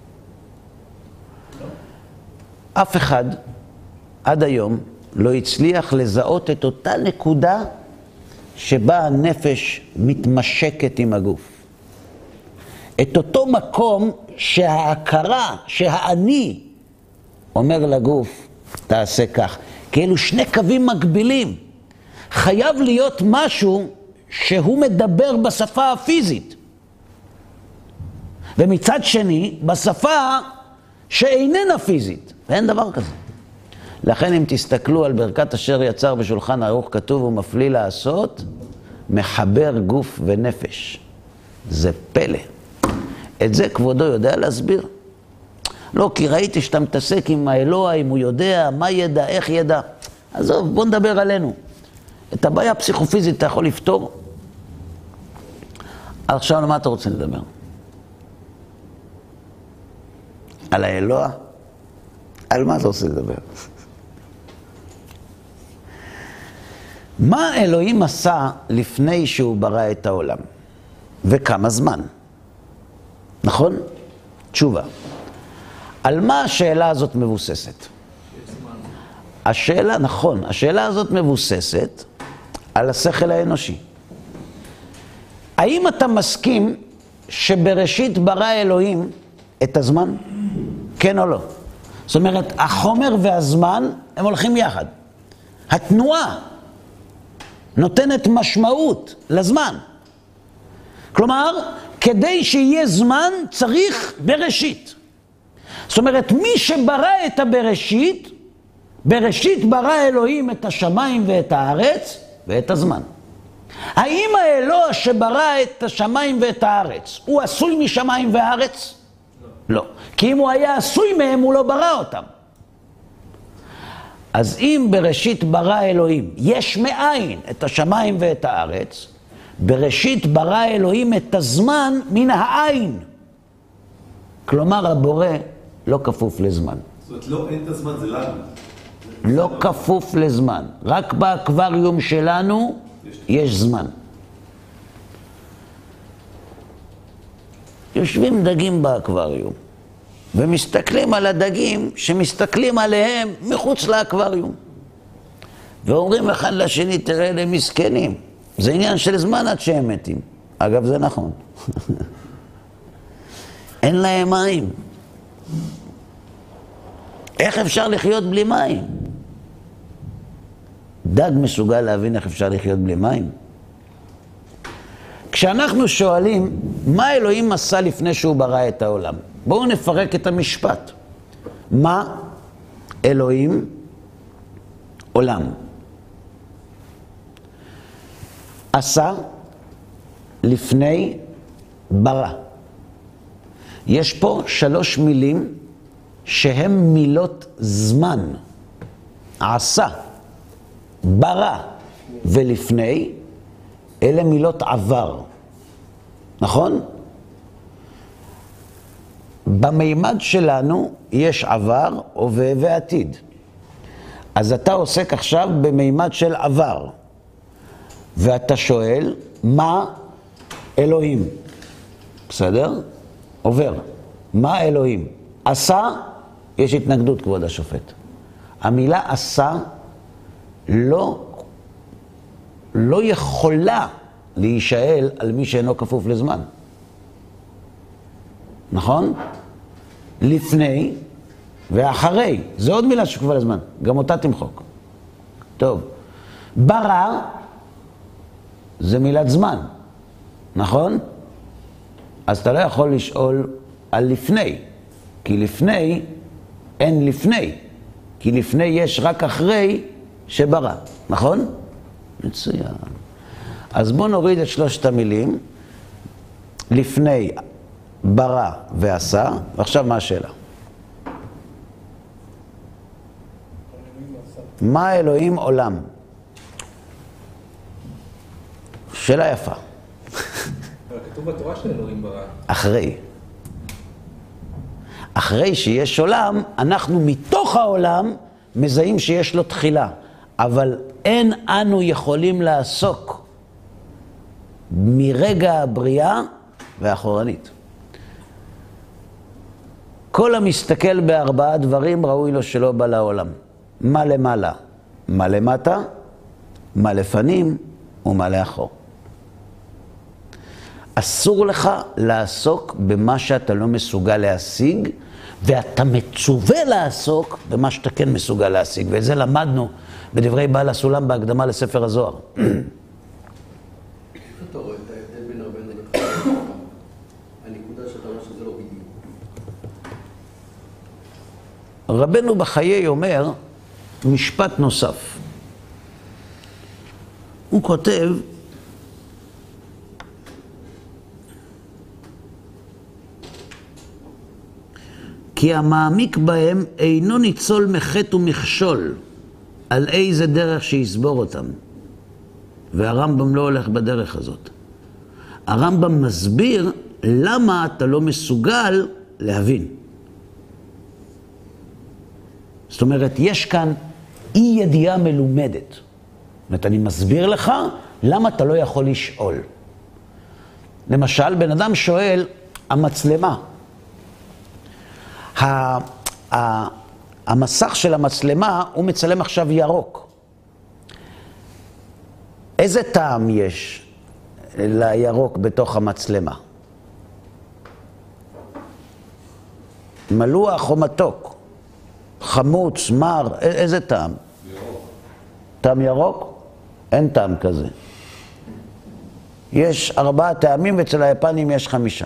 אף אחד עד היום לא הצליח לזהות את אותה נקודה שבה הנפש מתמשקת עם הגוף. את אותו מקום שההכרה, שהאני אומר לגוף, תעשה כך. כאילו שני קווים מקבילים. חייב להיות משהו שהוא מדבר בשפה הפיזית. ומצד שני, בשפה שאיננה פיזית. ואין דבר כזה. לכן אם תסתכלו על ברכת אשר יצר בשולחן ערוך, כתוב ומפליא לעשות, מחבר גוף ונפש. זה פלא. את זה כבודו יודע להסביר? לא, כי ראיתי שאתה מתעסק עם האלוה, אם הוא יודע, מה ידע, איך ידע. עזוב, בוא נדבר עלינו. את הבעיה הפסיכופיזית אתה יכול לפתור. עכשיו, למה אתה רוצה לדבר? על האלוה? על מה אתה רוצה לדבר? מה אלוהים עשה לפני שהוא ברא את העולם? וכמה זמן? נכון? תשובה. על מה השאלה הזאת מבוססת? השאלה, נכון, השאלה הזאת מבוססת על השכל האנושי. האם אתה מסכים שבראשית ברא אלוהים את הזמן? כן או לא? זאת אומרת, החומר והזמן הם הולכים יחד. התנועה נותנת משמעות לזמן. כלומר, כדי שיהיה זמן צריך בראשית. זאת אומרת, מי שברא את הבראשית, בראשית ברא אלוהים את השמיים ואת הארץ ואת הזמן. האם האלוה שברא את השמיים ואת הארץ, הוא עשוי משמיים וארץ? לא. לא. כי אם הוא היה עשוי מהם, הוא לא ברא אותם. אז אם בראשית ברא אלוהים, יש מאין את השמיים ואת הארץ, בראשית ברא אלוהים את הזמן מן העין. כלומר, הבורא לא כפוף לזמן. זאת אומרת, לא, אין את הזמן, זה לנו. לא כפוף לזמן. רק באקווריום שלנו יש זמן. יושבים דגים באקווריום, ומסתכלים על הדגים שמסתכלים עליהם מחוץ לאקווריום. ואומרים אחד לשני, תראה, הם מסכנים. זה עניין של זמן עד שהם מתים. אגב, זה נכון. אין להם מים. איך אפשר לחיות בלי מים? דג מסוגל להבין איך אפשר לחיות בלי מים? כשאנחנו שואלים, מה אלוהים עשה לפני שהוא ברא את העולם? בואו נפרק את המשפט. מה אלוהים עולם? עשה לפני, ברא. יש פה שלוש מילים שהן מילות זמן. עשה, ברא ולפני, אלה מילות עבר. נכון? במימד שלנו יש עבר, הווה ועתיד. אז אתה עוסק עכשיו במימד של עבר. ואתה שואל, מה אלוהים? בסדר? עובר. מה אלוהים? עשה, יש התנגדות, כבוד השופט. המילה עשה לא, לא יכולה להישאל על מי שאינו כפוף לזמן. נכון? לפני ואחרי. זה עוד מילה שכפופה לזמן. גם אותה תמחוק. טוב. ברא זה מילת זמן. נכון? אז אתה לא יכול לשאול על לפני. כי לפני אין לפני. כי לפני יש רק אחרי שברא. נכון? מצוין. אז בוא נוריד את שלושת המילים. לפני, ברא ועשה. ועכשיו מה השאלה? מה אלוהים עולם? שאלה יפה. אבל כתוב בתורה של אלוהים ברא. אחרי. אחרי שיש עולם, אנחנו מתוך העולם מזהים שיש לו תחילה. אבל אין אנו יכולים לעסוק מרגע הבריאה ואחורנית. כל המסתכל בארבעה דברים ראוי לו שלא בא לעולם. מה למעלה, מה למטה, מה לפנים ומה לאחור. אסור לך לעסוק במה שאתה לא מסוגל להשיג, ואתה מצווה לעסוק במה שאתה כן מסוגל להשיג. ואת זה למדנו בדברי בעל הסולם בהקדמה לספר הזוהר. איך אתה רואה את ההבדל בין רבנו לחיים? הנקודה שאתה אומר שזה לא בדיוק. רבנו בחיי אומר משפט נוסף. הוא כותב, כי המעמיק בהם אינו ניצול מחט ומכשול על איזה דרך שיסבור אותם. והרמב"ם לא הולך בדרך הזאת. הרמב"ם מסביר למה אתה לא מסוגל להבין. זאת אומרת, יש כאן אי ידיעה מלומדת. זאת אומרת, אני מסביר לך למה אתה לא יכול לשאול. למשל, בן אדם שואל, המצלמה. המסך של המצלמה, הוא מצלם עכשיו ירוק. איזה טעם יש לירוק בתוך המצלמה? מלוח או מתוק? חמוץ, מר, איזה טעם? ירוק. טעם ירוק? אין טעם כזה. יש ארבעה טעמים, ואצל היפנים יש חמישה.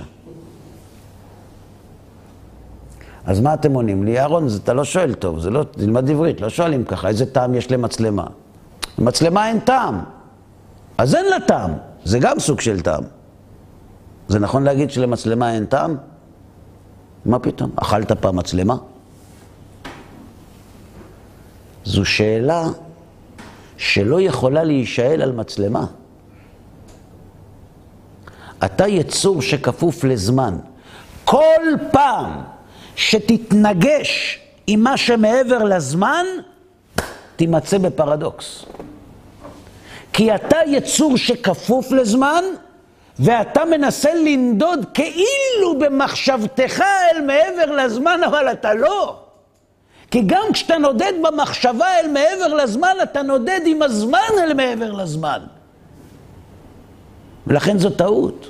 אז מה אתם עונים לי? אהרון, אתה לא שואל טוב, זה לא, תלמד עברית, לא שואלים ככה, איזה טעם יש למצלמה? למצלמה אין טעם. אז אין לה טעם, זה גם סוג של טעם. זה נכון להגיד שלמצלמה אין טעם? מה פתאום? אכלת פעם מצלמה? זו שאלה שלא יכולה להישאל על מצלמה. אתה יצור שכפוף לזמן. כל פעם שתתנגש עם מה שמעבר לזמן, תימצא בפרדוקס. כי אתה יצור שכפוף לזמן, ואתה מנסה לנדוד כאילו במחשבתך אל מעבר לזמן, אבל אתה לא. כי גם כשאתה נודד במחשבה אל מעבר לזמן, אתה נודד עם הזמן אל מעבר לזמן. ולכן זו טעות.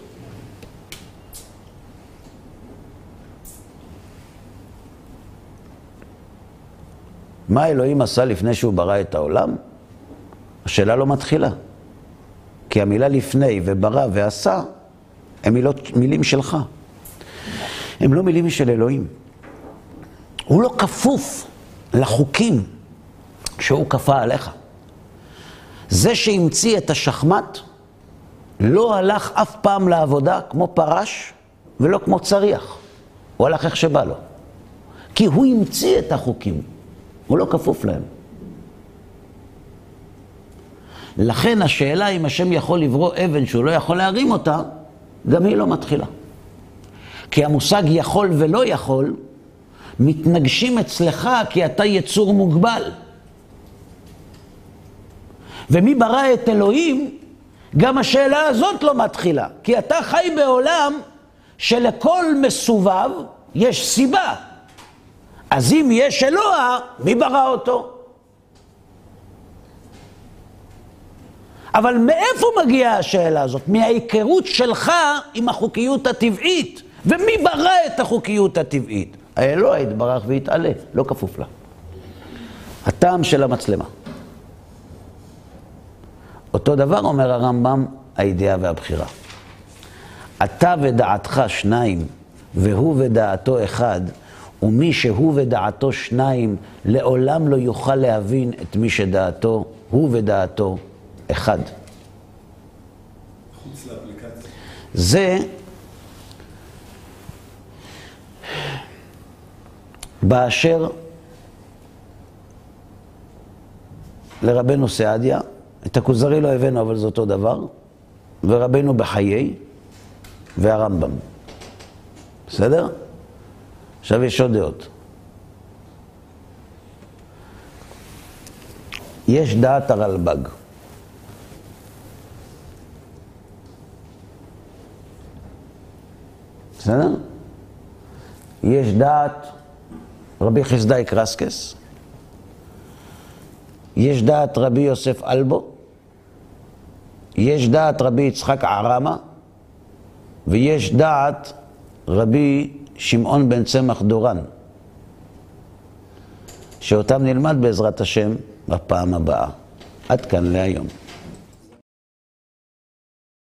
מה אלוהים עשה לפני שהוא ברא את העולם? השאלה לא מתחילה. כי המילה לפני וברא ועשה, הם מילות, מילים שלך. הם לא מילים של אלוהים. הוא לא כפוף לחוקים שהוא כפה עליך. זה שהמציא את השחמט, לא הלך אף פעם לעבודה כמו פרש ולא כמו צריח. הוא הלך איך שבא לו. כי הוא המציא את החוקים, הוא לא כפוף להם. לכן השאלה אם השם יכול לברוא אבן שהוא לא יכול להרים אותה, גם היא לא מתחילה. כי המושג יכול ולא יכול, מתנגשים אצלך כי אתה יצור מוגבל. ומי ברא את אלוהים, גם השאלה הזאת לא מתחילה. כי אתה חי בעולם שלכל מסובב יש סיבה. אז אם יש אלוה, מי ברא אותו? אבל מאיפה מגיעה השאלה הזאת? מההיכרות שלך עם החוקיות הטבעית. ומי ברא את החוקיות הטבעית? האלוה יתברך ויתעלה, לא כפוף לה. הטעם של המצלמה. אותו דבר אומר הרמב"ם, הידיעה והבחירה. אתה ודעתך שניים, והוא ודעתו אחד, ומי שהוא ודעתו שניים, לעולם לא יוכל להבין את מי שדעתו, הוא ודעתו אחד. חוץ לאפליקציה. זה באשר לרבנו סעדיה, את הכוזרי לא הבאנו, אבל זה אותו דבר, ורבנו בחיי, והרמב"ם. בסדר? עכשיו יש עוד דעות. יש דעת הרלב"ג. בסדר? יש דעת רבי חסדאי קרסקס. יש דעת רבי יוסף אלבו. יש דעת רבי יצחק ערמה. ויש דעת רבי שמעון בן צמח דורן, שאותם נלמד בעזרת השם בפעם הבאה. עד כאן להיום.